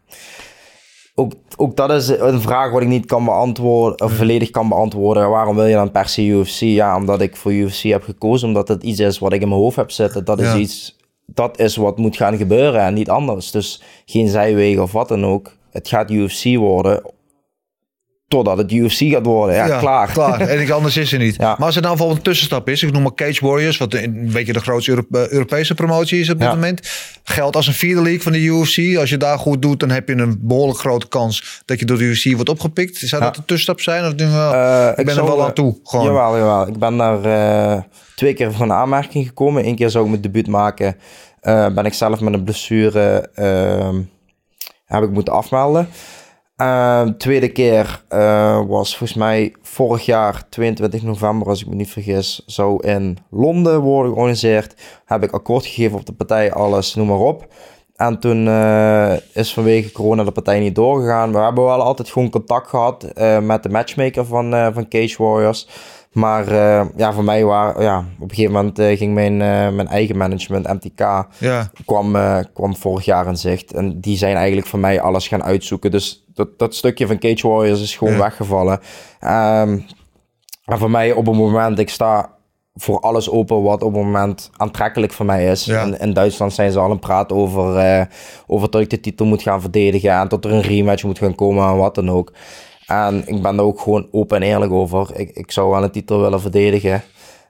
Ook dat is een vraag wat ik niet kan beantwoorden, of volledig kan beantwoorden. Waarom wil je dan per se UFC? Ja, omdat ik voor UFC heb gekozen, omdat het iets is wat ik in mijn hoofd heb zitten. Dat is wat moet gaan gebeuren en niet anders. Dus geen zijwegen of wat dan ook. Het gaat UFC worden totdat het UFC gaat worden. Ja, klaar. En niks anders is er niet. Ja. Maar als er nou bijvoorbeeld een tussenstap is, ik noem maar Cage Warriors, wat een beetje de grootste Europese promotie is op dit moment. Geldt als een vierde league van de UFC. Als je daar goed doet, dan heb je een behoorlijk grote kans dat je door de UFC wordt opgepikt. Zou dat een tussenstap zijn? Of denk je, ik ben er wel aan toe. Gewoon. Jawel. Ik ben daar 2 keer van aanmerking gekomen. 1 keer zou ik mijn debuut maken. Ben ik zelf met een blessure heb ik moeten afmelden. Tweede keer was volgens mij vorig jaar 22 november, als ik me niet vergis, zou in Londen worden georganiseerd. Heb ik akkoord gegeven op de partij, alles, noem maar op. En toen is vanwege corona de partij niet doorgegaan. We hebben wel altijd gewoon contact gehad met de matchmaker van Cage Warriors. Maar voor mij op een gegeven moment ging mijn eigen management, MTK, kwam vorig jaar in zicht. En die zijn eigenlijk voor mij alles gaan uitzoeken. Dus dat stukje van Cage Warriors is gewoon weggevallen. En voor mij op het moment, ik sta voor alles open wat op het moment aantrekkelijk voor mij is. Ja. In Duitsland zijn ze al een praat over dat ik de titel moet gaan verdedigen en tot er een rematch moet gaan komen en wat dan ook. En ik ben daar ook gewoon open en eerlijk over. Ik zou wel een titel willen verdedigen.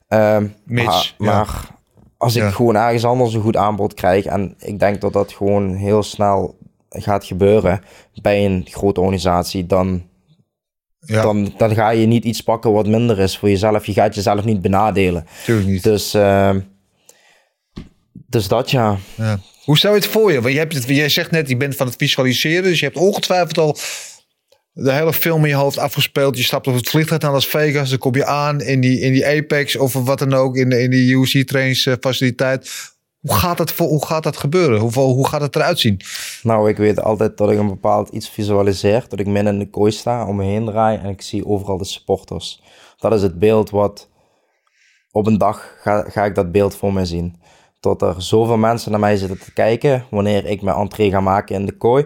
Maar als ik gewoon ergens anders een goed aanbod krijg, en ik denk dat dat gewoon heel snel gaat gebeuren bij een grote organisatie, dan ga je niet iets pakken wat minder is voor jezelf. Je gaat jezelf niet benadelen. Tuurlijk niet. Dus dat ja. Hoe stel je het voor je? Want jij zegt net, je bent van het visualiseren, dus je hebt ongetwijfeld al de hele film in je hoofd afgespeeld. Je stapt op het vliegtuig naar Las Vegas, dan kom je aan in die Apex of wat dan ook, in die UFC trainingsfaciliteit. Hoe gaat dat gebeuren? Hoe gaat het eruit zien? Nou, ik weet altijd dat ik een bepaald iets visualiseer. Dat ik midden in de kooi sta, om me heen draai en ik zie overal de supporters. Dat is het beeld wat op een dag ga ik dat beeld voor me zien. Tot er zoveel mensen naar mij zitten te kijken wanneer ik mijn entree ga maken in de kooi.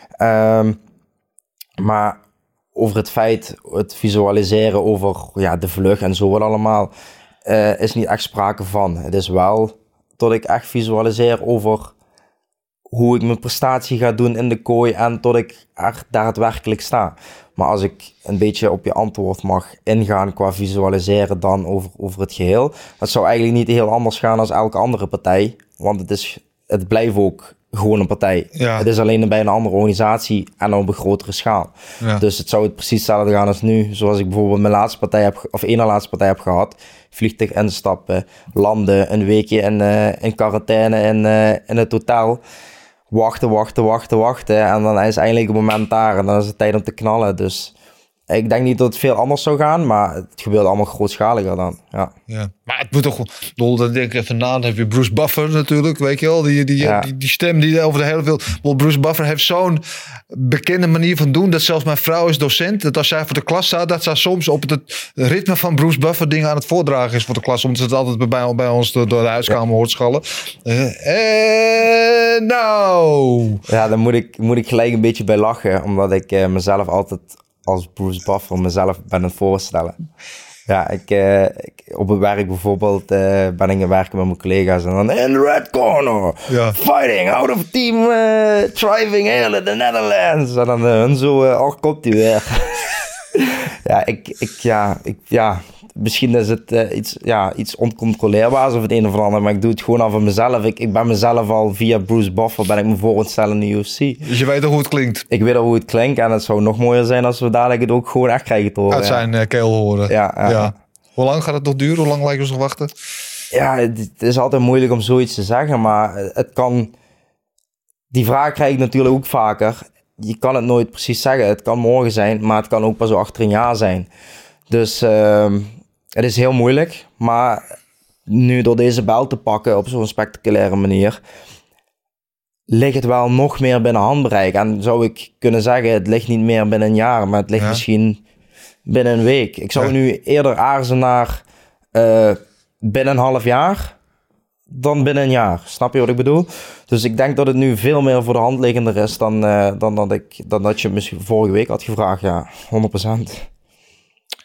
Maar over het feit, het visualiseren over de vlucht en zo wat allemaal, is niet echt sprake van. Het is wel dat ik echt visualiseer over hoe ik mijn prestatie ga doen in de kooi en tot ik er daadwerkelijk sta. Maar als ik een beetje op je antwoord mag ingaan qua visualiseren dan over het geheel, dat zou eigenlijk niet heel anders gaan als elke andere partij, want het blijft ook gewoon een partij. Ja. Het is alleen bij een andere organisatie en op een grotere schaal. Ja. Dus het zou het precies hetzelfde gaan als nu. Zoals ik bijvoorbeeld mijn laatste partij heb gehad. Vliegtuig instappen, landen, een weekje in quarantaine in het hotel. Wachten. En dan is eindelijk het moment daar. En dan is het tijd om te knallen. Dus ik denk niet dat het veel anders zou gaan, maar het gebeurt allemaal grootschaliger dan. Ja. Maar het moet toch... Dan denk ik even na, dan heb je Bruce Buffer natuurlijk, weet je wel. Die stem die over de hele wereld... Bruce Buffer heeft zo'n bekende manier van doen, dat zelfs mijn vrouw is docent. Dat als zij voor de klas staat, dat zij soms op het ritme van Bruce Buffer dingen aan het voordragen is voor de klas. Omdat ze het altijd bij ons door de huiskamer hoort schallen. Nou! Ja, dan moet ik gelijk een beetje bij lachen, omdat ik mezelf altijd als Bruce Buffer mezelf ben aan het voorstellen. Ja, ik op het werk bijvoorbeeld ben ik aan werken met mijn collega's en dan in the red corner, fighting out of team driving hail in the Netherlands. En dan hun zo, komt hij weer. Misschien is het iets oncontroleerbaars of het een of ander, maar ik doe het gewoon al van mezelf. Ik ben mezelf al via Bruce Buffer ben ik me voor het stellen in de UFC. Dus je weet al hoe het klinkt? Ik weet al hoe het klinkt en het zou nog mooier zijn als we dadelijk het ook gewoon echt krijgen te horen. Uit zijn keel horen. Ja. Hoe lang gaat het nog duren? Hoe lang lijkt ons nog wachten? Ja, het is altijd moeilijk om zoiets te zeggen, maar het kan... Die vraag krijg ik natuurlijk ook vaker. Je kan het nooit precies zeggen. Het kan morgen zijn, maar het kan ook pas achter een jaar zijn. Dus het is heel moeilijk, maar nu door deze bel te pakken op zo'n spectaculaire manier, ligt het wel nog meer binnen handbereik. En zou ik kunnen zeggen, het ligt niet meer binnen een jaar, maar het ligt misschien binnen een week. Ik zou nu eerder aarzelen naar binnen een half jaar dan binnen een jaar. Snap je wat ik bedoel? Dus ik denk dat het nu veel meer voor de hand liggender is dan dat je misschien vorige week had gevraagd. Ja, 100%.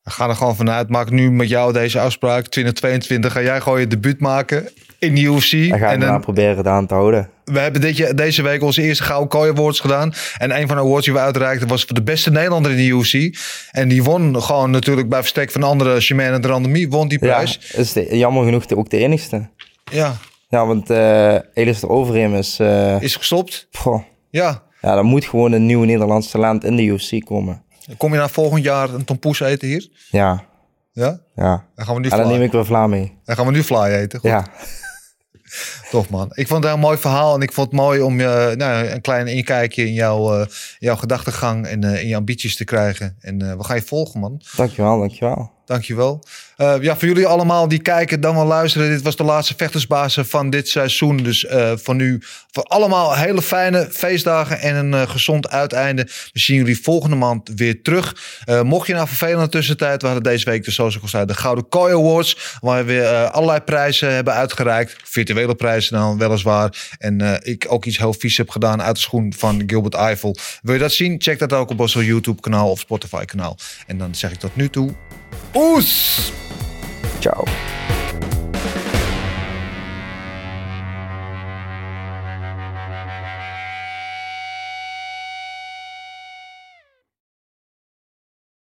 Ga er gewoon vanuit. Maak nu met jou deze afspraak. 2022 ga jij gewoon je debuut maken in de UFC. Dan ga ik maar proberen het aan te houden. We hebben deze week onze eerste Gouden Kooi Awards gedaan. En een van de awards die we uitreikten was voor de beste Nederlander in de UFC. En die won gewoon natuurlijk bij verstek van andere. Jermaine de Randamie won die prijs. Ja, is jammer genoeg ook de enigste. Ja. Ja, want Alistair Overeem is gestopt. Goh. Ja. Ja, er moet gewoon een nieuw Nederlands talent in de UFC komen. Kom je nou volgend jaar een tompoes eten hier? Ja. Ja? Ja. Dan gaan we nu dan neem ik weer vla mee. Dan gaan we nu fly eten. Goed. Ja. Tof man. Ik vond het een mooi verhaal en ik vond het mooi om een klein inkijkje in jouw gedachtegang en in je ambities te krijgen. En we gaan je volgen man. Dankjewel. Voor jullie allemaal die kijken, dan wel luisteren. Dit was de laatste Vechtersbazen van dit seizoen. Dus voor nu, voor allemaal hele fijne feestdagen en een gezond uiteinde. We zien jullie volgende maand weer terug. Mocht je nou vervelen in de tussentijd, we hadden deze week de zoals ik al zei, de Gouden Kooi Awards. Waar we weer allerlei prijzen hebben uitgereikt. Virtuele prijzen dan weliswaar. En ik ook iets heel vies heb gedaan uit de schoen van Gilbert Eiffel. Wil je dat zien? Check dat ook op onze YouTube kanaal of Spotify kanaal. En dan zeg ik tot nu toe. Oes! Ciao.